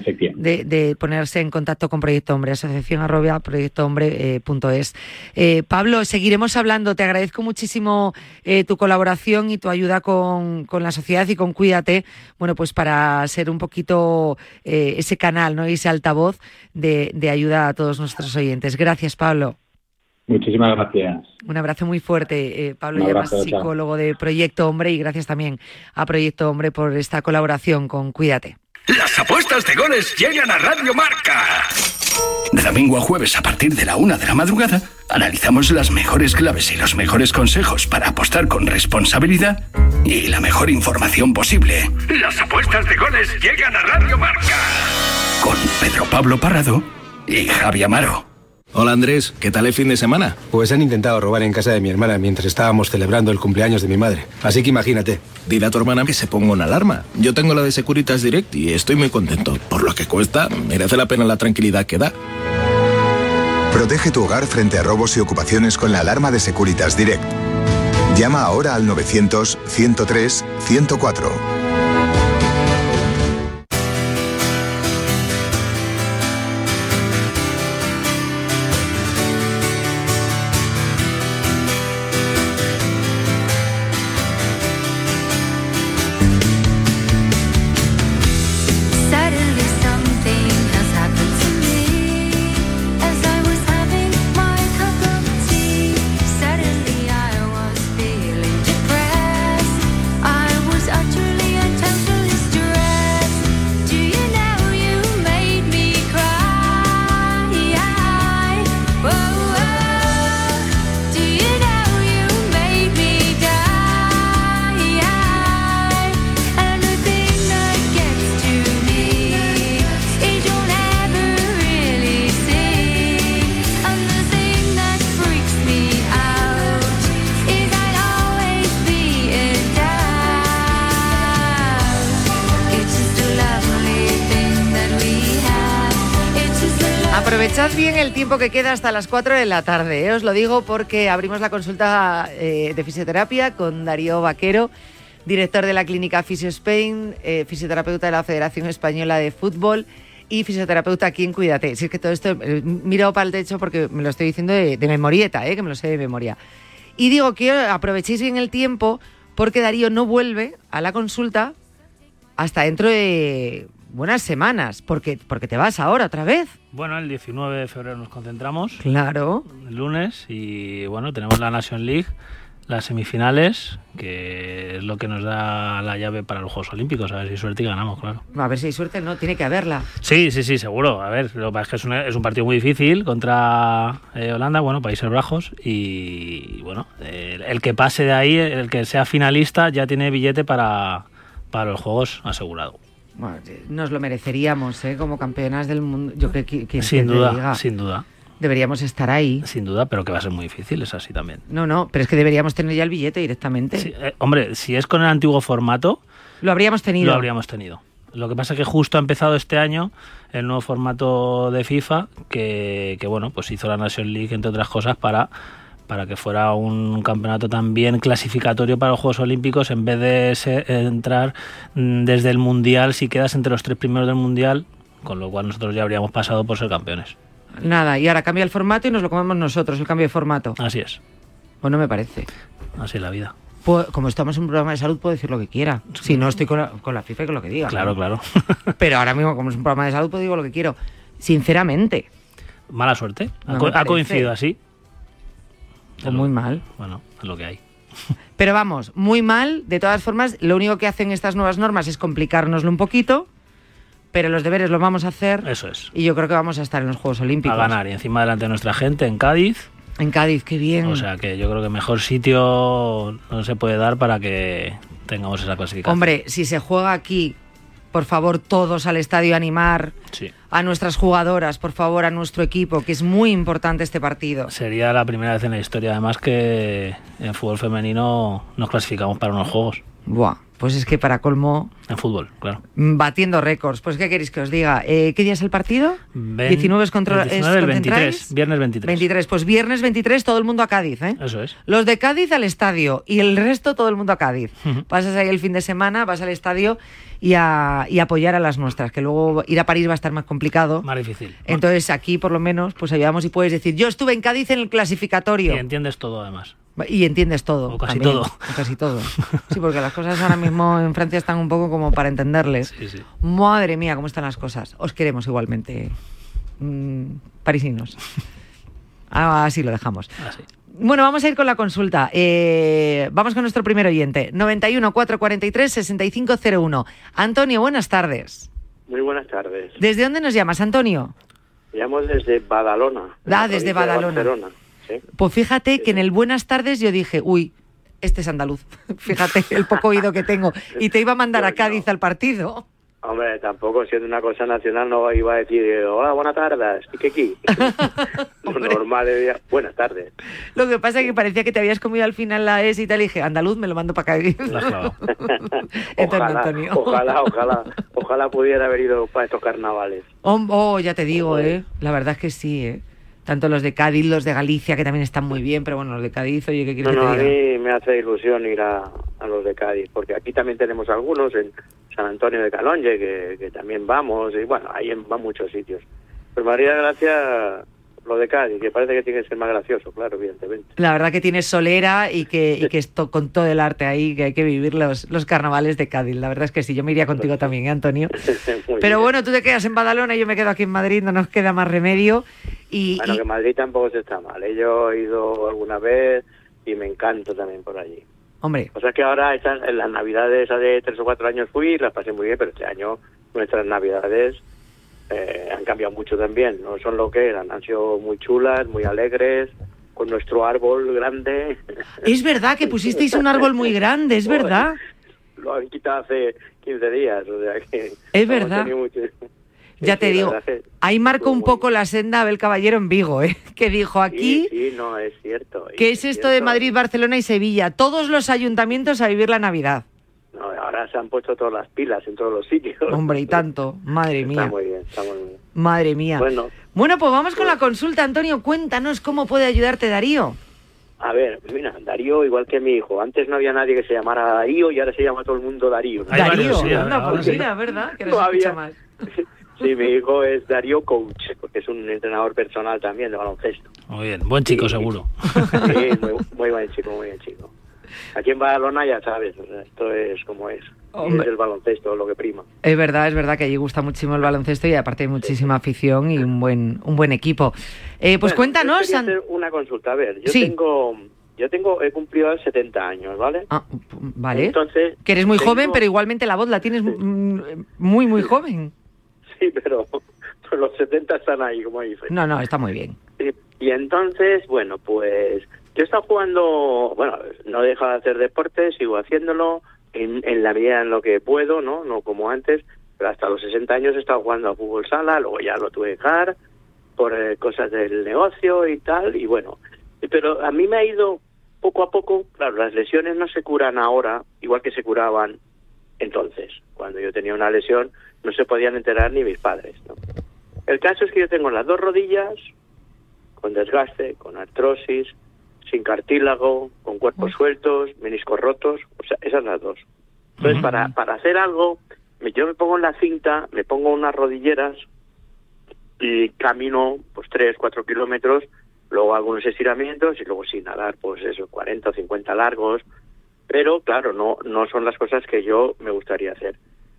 de, de ponerse en contacto con Proyecto Hombre, asociación arroba proyecto hombre punto es. Eh, Pablo, seguiremos hablando. Te agradezco muchísimo eh, tu colaboración y tu ayuda con, con la sociedad y con Cuídate, bueno, pues para ser un poquito eh, ese canal, ¿no? Y ese altavoz de, de ayuda a todos nuestros oyentes. Gracias, Pablo. Muchísimas gracias. Un abrazo muy fuerte, eh, Pablo Llamas, psicólogo de Proyecto Hombre, y gracias también a Proyecto Hombre por esta colaboración con Cuídate. Las apuestas de goles llegan a Radio Marca. De domingo a jueves a partir de la una de la madrugada, analizamos las mejores claves y los mejores consejos para apostar con responsabilidad y la mejor información posible. Las apuestas de goles llegan a Radio Marca. Con Pedro Pablo Parrado y Javi Amaro. Hola Andrés, ¿qué tal el fin de semana? Pues han intentado robar en casa de mi hermana mientras estábamos celebrando el cumpleaños de mi madre. Así que imagínate. Dile a tu hermana que se ponga una alarma. Yo tengo la de Securitas Direct y estoy muy contento. Por lo que cuesta, merece la pena la tranquilidad que da. Protege tu hogar frente a robos y ocupaciones con la alarma de Securitas Direct. Llama ahora al novecientos, ciento tres, ciento cuatro. Aprovechad bien el tiempo que queda hasta las cuatro de la tarde, ¿eh? Os lo digo porque abrimos la consulta eh, de fisioterapia con Darío Vaquero, director de la clínica Fisio Spain, eh, fisioterapeuta de la Federación Española de Fútbol y fisioterapeuta aquí en Cuídate. Si es que todo esto, eh, miro para el techo porque me lo estoy diciendo de, de memorieta, eh, que me lo sé de memoria. Y digo que aprovechéis bien el tiempo porque Darío no vuelve a la consulta hasta dentro de buenas semanas, porque, porque te vas ahora otra vez. Bueno, el diecinueve de febrero nos concentramos. Claro. El lunes y bueno, tenemos la Nation League, las semifinales, que es lo que nos da la llave para los Juegos Olímpicos. A ver si hay suerte y ganamos, claro. A ver si hay suerte, no, tiene que haberla. Sí, sí, sí, seguro. A ver, lo que pasa es que es un, es un partido muy difícil contra eh, Holanda, bueno, Países Bajos, y, y bueno, el, el que pase de ahí, el que sea finalista, ya tiene billete para, para los Juegos asegurado. Bueno, nos lo mereceríamos, ¿eh? Como campeonas del mundo. Yo que, que, que sin que duda, diga. sin duda. Deberíamos estar ahí. Sin duda, pero que va a ser muy difícil, es así también. No, no, pero es que deberíamos tener ya el billete directamente. Sí, eh, hombre, si es con el antiguo formato... Lo habríamos tenido. Lo habríamos tenido. Lo que pasa es que justo ha empezado este año el nuevo formato de FIFA que, que bueno, pues hizo la Nations League, entre otras cosas, para... para que fuera un campeonato también clasificatorio para los Juegos Olímpicos, en vez de ser, entrar desde el Mundial, si quedas entre los tres primeros del Mundial, con lo cual nosotros ya habríamos pasado por ser campeones. Nada, y ahora cambia el formato y nos lo comemos nosotros, el cambio de formato. Así es. Pues no me parece. Así es la vida. Pues, como estamos en un programa de salud, puedo decir lo que quiera. Si no, estoy con la, con la FIFA y con lo que diga. Claro, ¿no? claro. Pero ahora mismo, como es un programa de salud, puedo decir lo que quiero. Sinceramente. Mala suerte. No ha, co- ha parece. coincidido así. Pues muy mal. Bueno, es lo que hay. Pero vamos, muy mal. De todas formas, lo único que hacen estas nuevas normas es complicárnoslo un poquito, pero los deberes los vamos a hacer. Eso es. Y yo creo que vamos a estar en los Juegos Olímpicos. A ganar. Y encima delante de nuestra gente, en Cádiz. En Cádiz, qué bien. O sea que yo creo que mejor sitio no se puede dar para que tengamos esa clasificación. Hombre, si se juega aquí, por favor, todos al estadio a animar Sí. a nuestras jugadoras, por favor, a nuestro equipo, que es muy importante este partido. Sería la primera vez en la historia, además, que en fútbol femenino nos clasificamos para unos juegos. Buah, pues es que para colmo... En fútbol, claro. Batiendo récords. Pues, ¿qué queréis que os diga? Eh, ¿Qué día es el partido? Ven- diecinueve es contra... diecinueve, es el veintitrés, concentráis. viernes veintitrés. veintitrés, pues viernes veintitrés todo el mundo a Cádiz, ¿eh? Eso es. Los de Cádiz al estadio y el resto todo el mundo a Cádiz. Ujú. Pasas ahí el fin de semana, vas al estadio y a, y a apoyar a las nuestras, que luego ir a París va a estar más complicado. Más difícil. Entonces aquí por lo menos pues ayudamos y puedes decir, yo estuve en Cádiz en el clasificatorio. Y entiendes todo, además. Y entiendes todo. O casi también. todo. O casi todo. Sí, porque las cosas ahora mismo en Francia están un poco como para entenderles. Sí, sí. Madre mía, cómo están las cosas. Os queremos igualmente, mm, parisinos. Ah, así lo dejamos. Así. Bueno, vamos a ir con la consulta. Eh, vamos con nuestro primer oyente. noventa y uno, cuatrocientos cuarenta y tres, sesenta y cinco cero uno. Antonio, buenas tardes. Muy buenas tardes. ¿Desde dónde nos llamas, Antonio? Llamo desde Badalona. Ah, desde provincia de Badalona. Barcelona, ¿sí? Pues fíjate que en el buenas tardes yo dije, uy, este es andaluz. Fíjate el poco oído que tengo. Y te iba a mandar a Cádiz al partido. Hombre, tampoco siendo una cosa nacional no iba a decir, hola, buenas tardes, ¿y qué aquí? Lo normal es, buenas tardes. Lo que pasa es que parecía que te habías comido al final la S y tal. Y dije, andaluz, me lo mando para Cádiz. Entonces, Ojalá, Antonio. ojalá, ojalá, ojalá pudiera haber ido para estos carnavales. Oh, oh, ya te digo, ¿eh? La verdad es que sí, ¿eh? Tanto los de Cádiz, los de Galicia, que también están muy bien, pero bueno, los de Cádiz, oye, ¿qué No, quieres no, a que te diga? mí me hace ilusión ir a, a los de Cádiz, porque aquí también tenemos algunos en San Antonio de Calonge, que, que también vamos, y bueno, ahí en, van muchos sitios. Pero me haría gracia lo de Cádiz, que parece que tiene que ser más gracioso, claro, evidentemente. La verdad que tienes solera y que, y que esto con todo el arte ahí, que hay que vivir los, los carnavales de Cádiz. La verdad es que sí, yo me iría contigo también, ¿eh, Antonio? Muy Pero bien. bueno, tú te quedas en Badalona y yo me quedo aquí en Madrid, no nos queda más remedio. Y, Bueno, y- que Madrid tampoco se está mal, ¿eh? Yo he ido alguna vez y me encanta también por allí. hombre, O sea que ahora estas, en las navidades hace tres o cuatro años fui y las pasé muy bien, pero este año nuestras navidades eh, han cambiado mucho también, no son lo que eran, han sido muy chulas, muy alegres, con nuestro árbol grande. es verdad que pusisteis un árbol muy grande, es verdad. Lo han quitado hace quince días, o sea que... Es hemos verdad. tenido mucho- Ya Sí, te sí, la digo, verdad que- ahí marcó un poco la senda Abel Caballero en Vigo, ¿eh? Que dijo aquí... Sí, sí, no, es cierto. ¿Qué es esto de Madrid, Barcelona y Sevilla? Todos los ayuntamientos a vivir la Navidad. No, ahora se han puesto todas las pilas en todos los sitios. Hombre, y tanto. Madre Está mía. muy bien, está muy bien. Madre mía. Bueno, Bueno, pues vamos con la consulta, Antonio. Cuéntanos cómo puede ayudarte Darío. a ver, mira, Darío igual que mi hijo. Antes no había nadie que se llamara Darío y ahora se llama todo el mundo Darío. Hay Darío, varios, sí, anda, ahora pues sí. mira, ¿verdad? Que No no se escucha había. más. Sí, mi hijo es Darío Coach, porque es un entrenador personal también de baloncesto. Muy bien, buen chico seguro. Sí, muy, muy buen chico, muy buen chico. Aquí en Badalona ya sabes, o sea, esto es como es. Hombre. Es el baloncesto lo que prima. Es verdad, es verdad que allí gusta muchísimo el baloncesto y aparte hay muchísima afición y un buen un buen equipo. Eh, pues Bueno, cuéntanos, yo quería An- hacer una consulta. A ver, yo Sí. tengo, yo tengo, he cumplido setenta años, ¿vale? Ah, vale. Entonces, Que eres muy tengo- joven, pero igualmente la voz la tienes mm, muy, muy joven. Sí, pero los setenta están ahí, como dicen. No, no, está muy bien. Y, y entonces, bueno, pues yo he estado jugando, bueno, no he dejado de hacer deporte, sigo haciéndolo en, en la medida en lo que puedo, ¿no? No como antes, Pero hasta los sesenta años he estado jugando a fútbol sala, luego ya lo tuve que dejar por eh, cosas del negocio y tal, y bueno, pero a mí me ha ido poco a poco. Claro, las lesiones no se curan ahora igual que se curaban entonces. Cuando yo tenía una lesión no se podían enterar ni mis padres, ¿no? El caso es que yo tengo las dos rodillas con desgaste, con artrosis, sin cartílago, con cuerpos sueltos, meniscos rotos, o sea, esas las dos. Entonces, uh-huh. para, para hacer algo, yo me pongo en la cinta, me pongo unas rodilleras y camino pues tres, cuatro kilómetros, luego hago unos estiramientos y luego sin nadar, pues eso, cuarenta o cincuenta largos, pero claro, no no son las cosas que yo me gustaría hacer.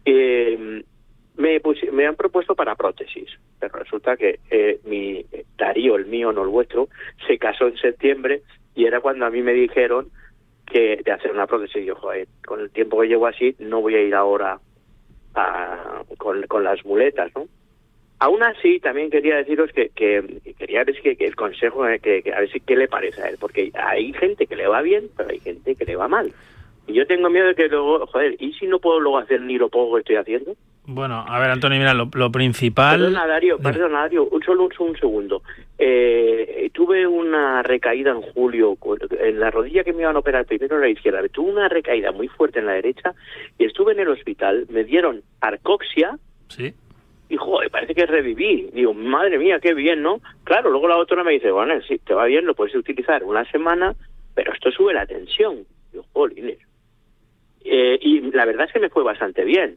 Eh, me, pus- me han propuesto para prótesis, pero resulta que eh, mi Darío, el mío, no el vuestro, se casó en septiembre y era cuando a mí me dijeron que de hacer una prótesis. Y yo, joder, con el tiempo que llevo así, no voy a ir ahora a, con, con las muletas, ¿no? Aún así, también quería deciros que, que, que quería ver que, que el consejo, eh, que, que a ver si qué le parece a él, porque hay gente que le va bien, pero hay gente que le va mal. Y yo tengo miedo de que luego, joder, ¿y si no puedo luego hacer ni lo poco que estoy haciendo? Bueno, a ver, Antonio, mira, lo, lo principal... Perdona, Darío, perdona, Darío, un solo un, un segundo. Eh, tuve una recaída en julio, en la rodilla que me iban a operar primero en la izquierda. Tuve una recaída muy fuerte en la derecha y estuve en el hospital, me dieron arcoxia. Sí. Y, joder, parece que reviví. Digo, madre mía, qué bien, ¿no? Claro, luego la doctora me dice, bueno, sí, te va bien, lo puedes utilizar una semana, pero esto sube la tensión. Digo, jolines. Eh, y la verdad es que me fue bastante bien.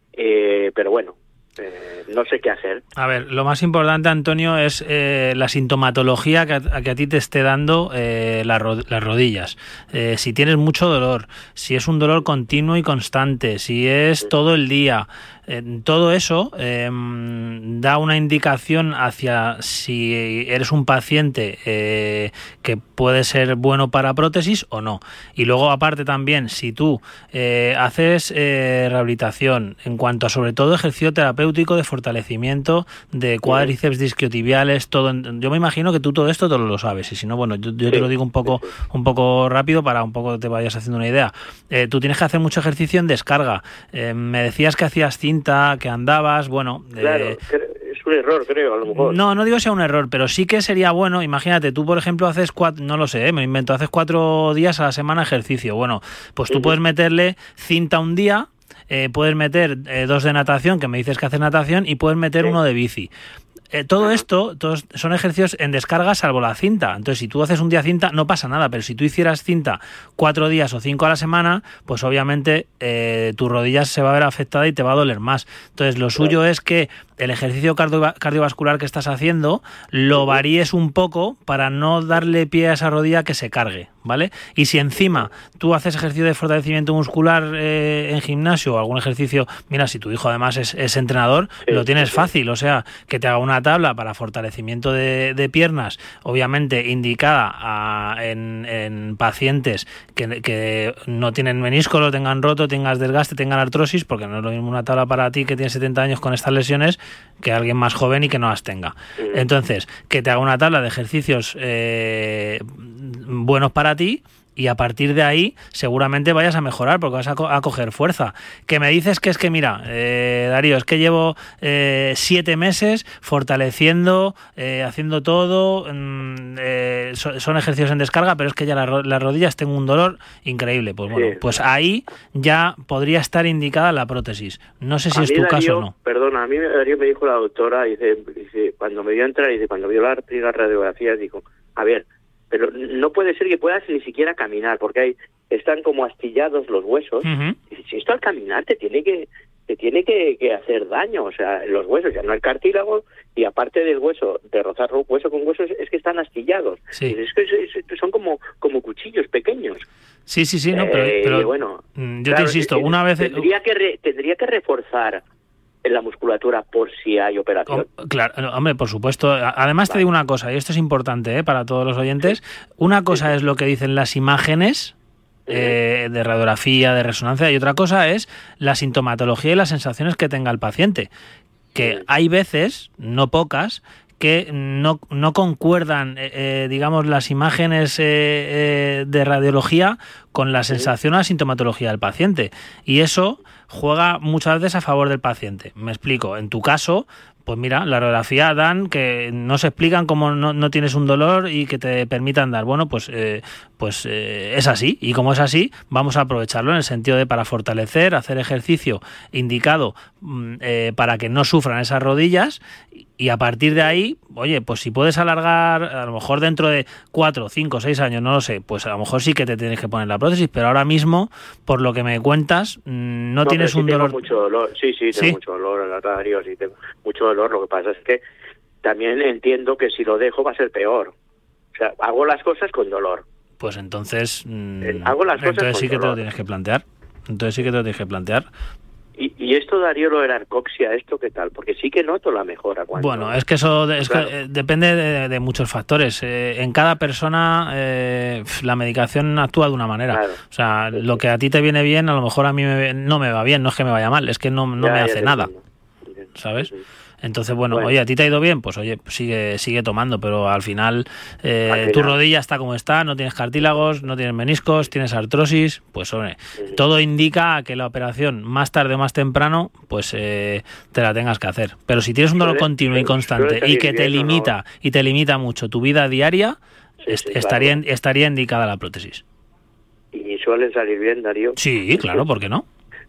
Eh, pero bueno, eh, no sé qué hacer. A ver, lo más importante, Antonio, es eh, la sintomatología que a, que a ti te esté dando eh, la ro- las rodillas. Eh, si tienes mucho dolor, si es un dolor continuo y constante, si es todo el día... Eh, todo eso eh, da una indicación hacia si eres un paciente eh, que puede ser bueno para prótesis o no. Y luego, aparte también, si tú eh, haces eh, rehabilitación en cuanto a, sobre todo, ejercicio terapéutico de fortalecimiento de cuádriceps, isquiotibiales, todo. Yo me imagino que tú todo esto todo lo sabes, y si no, bueno, yo, yo te lo digo un poco, un poco rápido para un poco te vayas haciendo una idea. Eh, tú tienes que hacer mucho ejercicio en descarga. Eh, me decías que hacías cinta, que andabas, bueno... Claro, eh, es un error, creo, a lo mejor. No, no digo sea un error, pero sí que sería bueno, imagínate, tú por ejemplo haces cuatro, no lo sé, ¿eh? me invento, haces cuatro días a la semana ejercicio. Bueno, pues tú uh-huh. puedes meterle cinta un día, eh, puedes meter eh, dos de natación, que me dices que haces natación, y puedes meter sí. uno de bici. Eh, todo esto todos son ejercicios en descarga salvo la cinta. Entonces, si tú haces un día cinta, no pasa nada. Pero si tú hicieras cinta cuatro días o cinco a la semana, pues obviamente eh, tu rodilla se va a ver afectada y te va a doler más. Entonces, lo suyo es que el ejercicio cardio- cardiovascular que estás haciendo lo varíes un poco para no darle pie a esa rodilla que se cargue, ¿vale? Y si encima tú haces ejercicio de fortalecimiento muscular eh, en gimnasio o algún ejercicio, mira, si tu hijo además es, es entrenador, sí, lo tienes sí. fácil, o sea, que te haga una tabla para fortalecimiento de, de piernas, obviamente indicada a, en, en pacientes que, que no tienen menisco, lo tengan roto, tengas desgaste, tengan artrosis, porque no es lo mismo una tabla para ti que tienes setenta años con estas lesiones que alguien más joven y que no las tenga. Entonces, que te haga una tabla de ejercicios eh, buenos para ti, y a partir de ahí seguramente vayas a mejorar porque vas a, co- a coger fuerza. Que me dices que es que, mira, eh, Darío, es que llevo eh, siete meses fortaleciendo, eh, haciendo todo, mm, eh, so, son ejercicios en descarga, pero es que ya la ro- las rodillas tengo un dolor increíble. Pues bueno, sí. pues ahí ya podría estar indicada la prótesis. No sé si a es mí, tu Darío, caso o no. Perdona, a mí Darío me dijo la doctora, dice, dice cuando me dio a entrar, dice, cuando vio la primera radiografía, dijo, a ver, pero no puede ser que puedas ni siquiera caminar, porque hay están como astillados los huesos. Uh-huh. Y si esto al caminar te tiene que te tiene que, que hacer daño, o sea, los huesos, ya no el cartílago, y aparte del hueso, de rozar hueso con hueso, es que están astillados. Sí. Es que son como, como cuchillos pequeños. Sí, sí, sí, no, pero, eh, pero bueno, yo claro, te insisto, eh, una vez... Tendría que, re, tendría que reforzar en la musculatura por si hay operación. Oh, claro, hombre, por supuesto. Además vale. te digo una cosa, y esto es importante ¿eh? para todos los oyentes. Sí. Una cosa sí. es lo que dicen las imágenes eh, de radiografía, de resonancia, y otra cosa es la sintomatología y las sensaciones que tenga el paciente. Que sí. hay veces, no pocas, que no, no concuerdan, eh, eh, digamos, las imágenes eh, eh, de radiología con la sensación o la sintomatología del paciente. Y eso juega muchas veces a favor del paciente. Me explico. En tu caso, pues mira, la radiografía dan que no se explican cómo no, no tienes un dolor y que te permita andar. Bueno, pues, eh, pues eh, es así. Y como es así, vamos a aprovecharlo en el sentido de para fortalecer, hacer ejercicio indicado eh, para que no sufran esas rodillas. Y a partir de ahí, oye, pues si puedes alargar, a lo mejor dentro de cuatro, cinco, seis años, no lo sé, pues a lo mejor sí que te tienes que poner la prótesis, pero ahora mismo, por lo que me cuentas, no, no tienes un sí dolor. Tengo mucho dolor. Sí, sí, tengo ¿Sí? mucho dolor en la radio, sí, tengo mucho dolor. Lo que pasa es que también entiendo que si lo dejo va a ser peor. O sea, hago las cosas con dolor. Pues entonces, eh, hago las cosas entonces con sí que dolor. te lo tienes que plantear. Entonces sí que te lo tienes que plantear. Y, y esto, Darío, lo de la arcoxia, ¿esto qué tal? Porque sí que noto la mejora. Cuando... Bueno, es que eso de, es claro. que, eh, depende de, de muchos factores. Eh, en cada persona eh, la medicación actúa de una manera. Claro. O sea, sí, lo que a ti te viene bien, a lo mejor a mí me, no me va bien, no es que me vaya mal, es que no, no ya, me hace nada. Entiendo. ¿Sabes? Sí, sí. Entonces, bueno, bueno, oye, ¿a ti te ha ido bien? Pues oye, sigue sigue tomando, pero al final, eh, al final tu rodilla está como está, no tienes cartílagos, no tienes meniscos, tienes artrosis, pues hombre, sí, sí. todo indica que la operación más tarde o más temprano, pues eh, te la tengas que hacer. Pero si tienes un dolor suele, continuo y constante y que te limita, no. y te limita mucho tu vida diaria, sí, est- sí, estaría, claro. estaría indicada la prótesis. ¿Y suele salir bien, Darío? Sí, claro, ¿por qué no?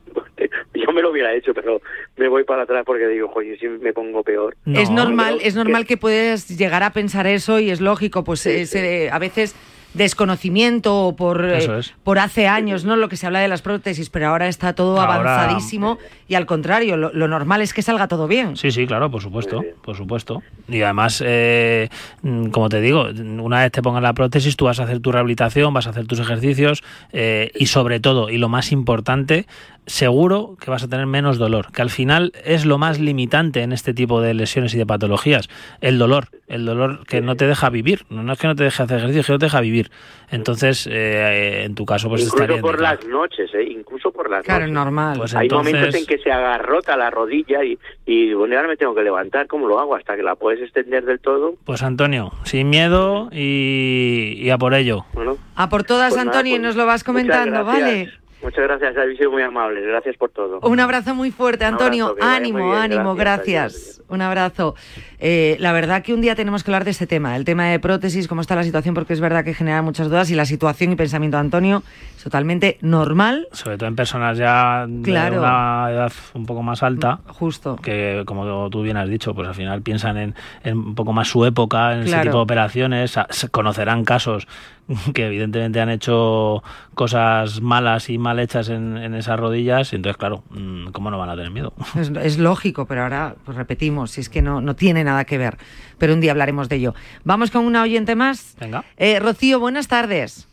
Yo me lo hubiera hecho, pero me voy para atrás porque digo, joder, si me pongo peor. No, es normal, es normal que puedes llegar a pensar eso y es lógico, pues sí, ese, sí. a veces desconocimiento o por, eh, es. por hace años, ¿no? Lo que se habla de las prótesis, pero ahora está todo ahora, avanzadísimo y al contrario, lo, lo normal es que salga todo bien. Sí, sí, claro, por supuesto, sí, sí. por supuesto. Y además, eh, como te digo, una vez te pongas la prótesis, tú vas a hacer tu rehabilitación, vas a hacer tus ejercicios eh, y sobre todo, y lo más importante, seguro que vas a tener menos dolor, que al final es lo más limitante en este tipo de lesiones y de patologías, el dolor, el dolor que no te deja vivir, no, no es que no te deje hacer ejercicio, es que no te deja vivir. Entonces, eh, en tu caso, pues incluso estaría por indicado. las noches, ¿eh? Incluso por las claro, noches. Claro, normal. Pues hay entonces... momentos en que se agarrota la rodilla y, y bueno, ahora me tengo que levantar, ¿cómo lo hago? Hasta que la puedes extender del todo. Pues Antonio, sin miedo y, y a por ello. Bueno, a por todas, pues Antonio, nada, pues, y nos lo vas comentando, ¿vale? Muchas gracias, habéis sido muy amables. Gracias por todo. Un abrazo muy fuerte, Antonio. Abrazo, ánimo, bien, ánimo, gracias. gracias. gracias. Un abrazo. Eh, la verdad que un día tenemos que hablar de este tema, el tema de prótesis, cómo está la situación, porque es verdad que genera muchas dudas y la situación y pensamiento de Antonio es totalmente normal. Sobre todo en personas ya claro. de una edad un poco más alta. Justo. Que, como tú bien has dicho, pues al final piensan en, en un poco más su época, en claro. ese tipo de operaciones. Conocerán casos que evidentemente han hecho cosas malas y mal hechas en, en esas rodillas y entonces, claro, ¿cómo no van a tener miedo? Es, es lógico, pero ahora pues repetimos, si es que no, no tiene nada que ver, pero un día hablaremos de ello. Vamos con una oyente más. Venga. Eh, Rocío, buenas tardes.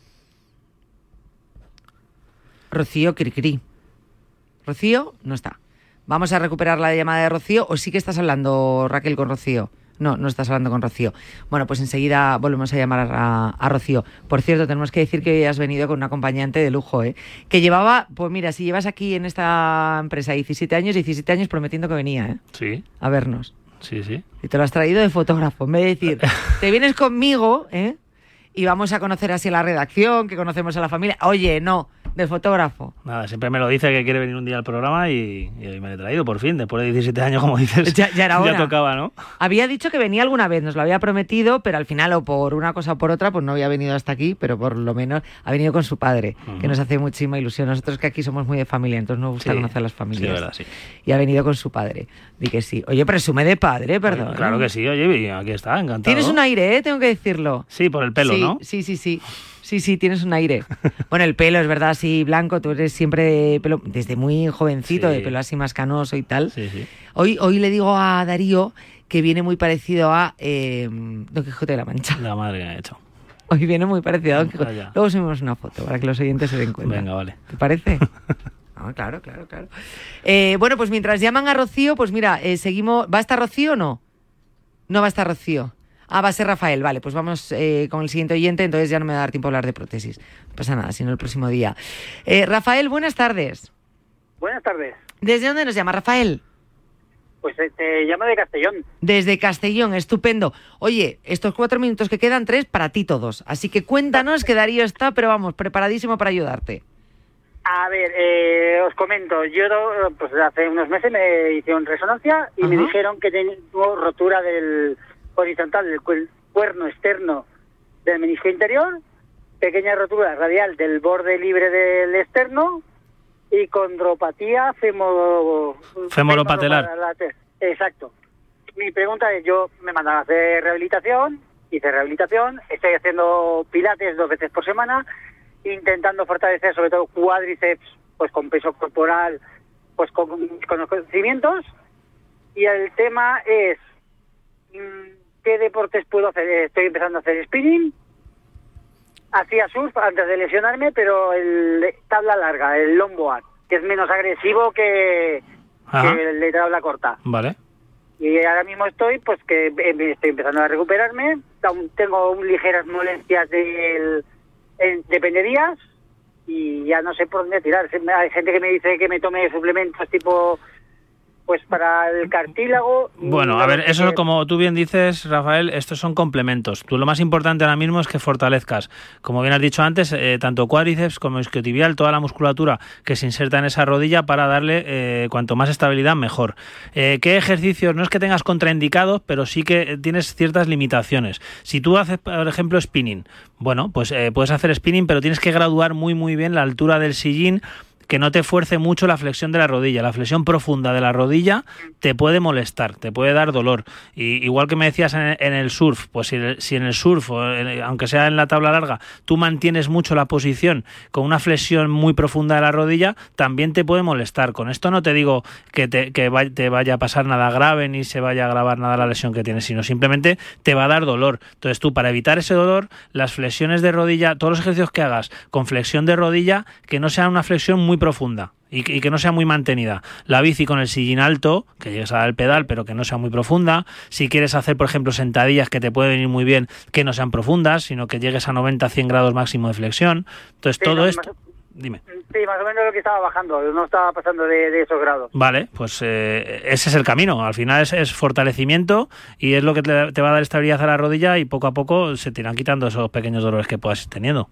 Rocío, Cricri. Rocío, no está. Vamos a recuperar la llamada de Rocío, o sí que estás hablando, Raquel, con Rocío. No, no estás hablando con Rocío. Bueno, pues enseguida volvemos a llamar a, a Rocío. Por cierto, tenemos que decir que hoy has venido con un acompañante de lujo, ¿eh? Que llevaba, pues mira, si llevas aquí en esta empresa diecisiete años, diecisiete años prometiendo que venía, ¿eh? Sí. A vernos. Sí, sí. Y te lo has traído de fotógrafo. En vez de decir, te vienes conmigo, ¿eh? Y vamos a conocer así la redacción, que conocemos a la familia. Oye, no, de fotógrafo. Nada, siempre me lo dice que quiere venir un día al programa y, y hoy me lo he traído, por fin, después de diecisiete años, como dices. Ya, ya era hora. Ya tocaba, ¿no? Había dicho que venía alguna vez, nos lo había prometido, pero al final, o por una cosa o por otra, pues no había venido hasta aquí, pero por lo menos ha venido con su padre, uh-huh. que nos hace muchísima ilusión. Nosotros que aquí somos muy de familia, entonces nos gusta sí, conocer a las familias. Sí, verdad, sí. Y ha venido con su padre. Di que sí. Oye, presume de padre, perdón. Bueno, claro que sí, oye, aquí está, encantado. Tienes un aire, ¿eh? Tengo que decirlo. Sí, por el pelo, sí, ¿no? Sí, sí, sí. Sí, sí, tienes un aire. Bueno, el pelo es verdad, así blanco, tú eres siempre de pelo, desde muy jovencito, sí. de pelo así más canoso y tal. Sí, sí. Hoy, hoy le digo a Darío que viene muy parecido a eh, Don Quijote de la Mancha. La madre que ha hecho. Hoy viene muy parecido a Don Quijote. Vaya. Luego subimos una foto para que los oyentes se den cuenta. Venga, vale. ¿Te parece? Ah, claro, claro, claro. Eh, bueno, pues mientras llaman a Rocío, pues mira, eh, seguimos. ¿Va a estar Rocío o no? No va a estar Rocío. Ah, va a ser Rafael. Vale, pues vamos eh, con el siguiente oyente, entonces ya no me va a dar tiempo a hablar de prótesis. No pasa nada, sino el próximo día. Eh, Rafael, buenas tardes. Buenas tardes. ¿Desde dónde nos llama, Rafael? Pues te llamo de Castellón. Desde Castellón, estupendo. Oye, estos cuatro minutos que quedan, tres para ti todos. Así que cuéntanos que Darío está, pero vamos, preparadísimo para ayudarte. A ver, eh, os comento, yo pues hace unos meses me hicieron resonancia y Ajá. me dijeron que tengo rotura del horizontal del cuerno externo del menisco interior, pequeña rotura radial del borde libre del externo y condropatía femo... femoropatelar. Exacto. Mi pregunta es, yo me mandan a hacer rehabilitación, hice rehabilitación, estoy haciendo pilates dos veces por semana, intentando fortalecer sobre todo cuádriceps, pues con peso corporal, pues con, con los conocimientos. Y el tema es, ¿qué deportes puedo hacer? Estoy empezando a hacer spinning, hacía surf antes de lesionarme, pero el tabla larga, el longboard, que es menos agresivo que, que el de tabla corta. Vale. Y ahora mismo estoy, pues que estoy empezando a recuperarme, tengo un ligeras molestias del... depende días y ya no sé por dónde tirar. Hay gente que me dice que me tome suplementos tipo pues para el cartílago. Bueno, a ver, eso como tú bien dices, Rafael, estos son complementos. Tú lo más importante ahora mismo es que fortalezcas, como bien has dicho antes, eh, tanto cuádriceps como isquiotibial, toda la musculatura que se inserta en esa rodilla para darle eh, cuanto más estabilidad mejor. Eh, ¿Qué ejercicios? No es que tengas contraindicados, pero sí que tienes ciertas limitaciones. Si tú haces, por ejemplo, spinning, bueno, pues eh, puedes hacer spinning, pero tienes que graduar muy muy bien la altura del sillín, que no te fuerce mucho la flexión de la rodilla. La flexión profunda de la rodilla te puede molestar, te puede dar dolor. Y igual que me decías en, en el surf, pues si, si en el surf, o en, aunque sea en la tabla larga, tú mantienes mucho la posición con una flexión muy profunda de la rodilla, también te puede molestar. Con esto no te digo que te, que va, te vaya a pasar nada grave ni se vaya a agravar nada la lesión que tienes, sino simplemente te va a dar dolor. Entonces tú, para evitar ese dolor, las flexiones de rodilla, todos los ejercicios que hagas con flexión de rodilla, que no sean una flexión muy profunda y, y que no sea muy mantenida. La bici con el sillín alto, que llegues a dar el pedal pero que no sea muy profunda. Si quieres hacer, por ejemplo, sentadillas, que te puede venir muy bien, que no sean profundas, sino que llegues a noventa a cien grados máximo de flexión. Entonces sí, todo no, esto... Más... Dime. Sí, más o menos lo que estaba bajando, no estaba pasando de, de esos grados. Vale, pues eh, ese es el camino. Al final es, es fortalecimiento y es lo que te, te va a dar estabilidad a la rodilla y poco a poco se te irán quitando esos pequeños dolores que puedas ir teniendo.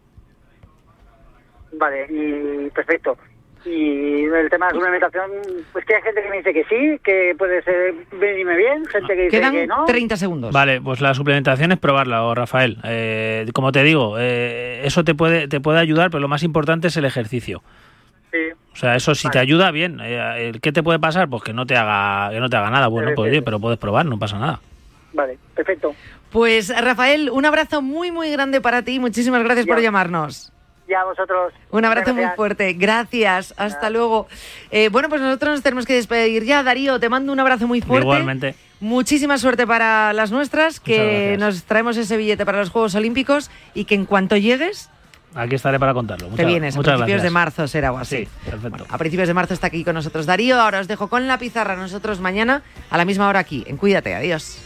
Vale, y perfecto. Y el tema de la suplementación, pues que hay gente que me dice que sí, que puede ser venirme bien, gente que dice Quedan que no. treinta segundos. Vale, pues la suplementación es probarla, o Rafael. Eh, como te digo, eh, eso te puede te puede ayudar, pero lo más importante es el ejercicio. Sí. O sea, eso si vale. te ayuda, bien. Eh, ¿Qué te puede pasar? Pues que no te haga que no te haga nada. Bueno, pues oye, pero puedes probar, no pasa nada. Vale, perfecto. Pues Rafael, un abrazo muy muy grande para ti. Muchísimas gracias ya. por llamarnos. Ya, vosotros. Un abrazo muy fuerte. Gracias. Hasta ya. luego. Eh, bueno, pues nosotros nos tenemos que despedir ya. Darío, te mando un abrazo muy fuerte. Igualmente. Muchísima suerte para las nuestras, que nos traemos ese billete para los Juegos Olímpicos y que en cuanto llegues... Aquí estaré para contarlo. Te muchas, vienes a muchas principios gracias. de marzo, será o así. Sí, perfecto. Bueno, a principios de marzo está aquí con nosotros Darío. Ahora os dejo con la pizarra. Nosotros mañana a la misma hora aquí. En Cuídate. Adiós.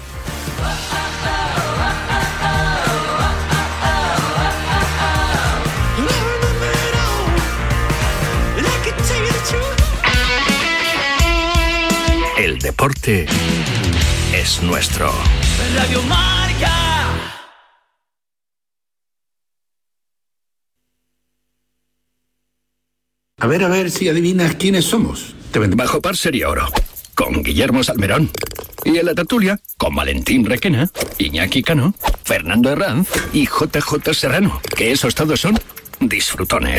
El deporte es nuestro. Radio Marca. A ver, a ver si adivinas quiénes somos. Te vendo Bajo Par Serie Oro, con Guillermo Salmerón. Y en la tertulia, con Valentín Requena, Iñaki Cano, Fernando Herranz y J J Serrano. Que esos todos son disfrutones.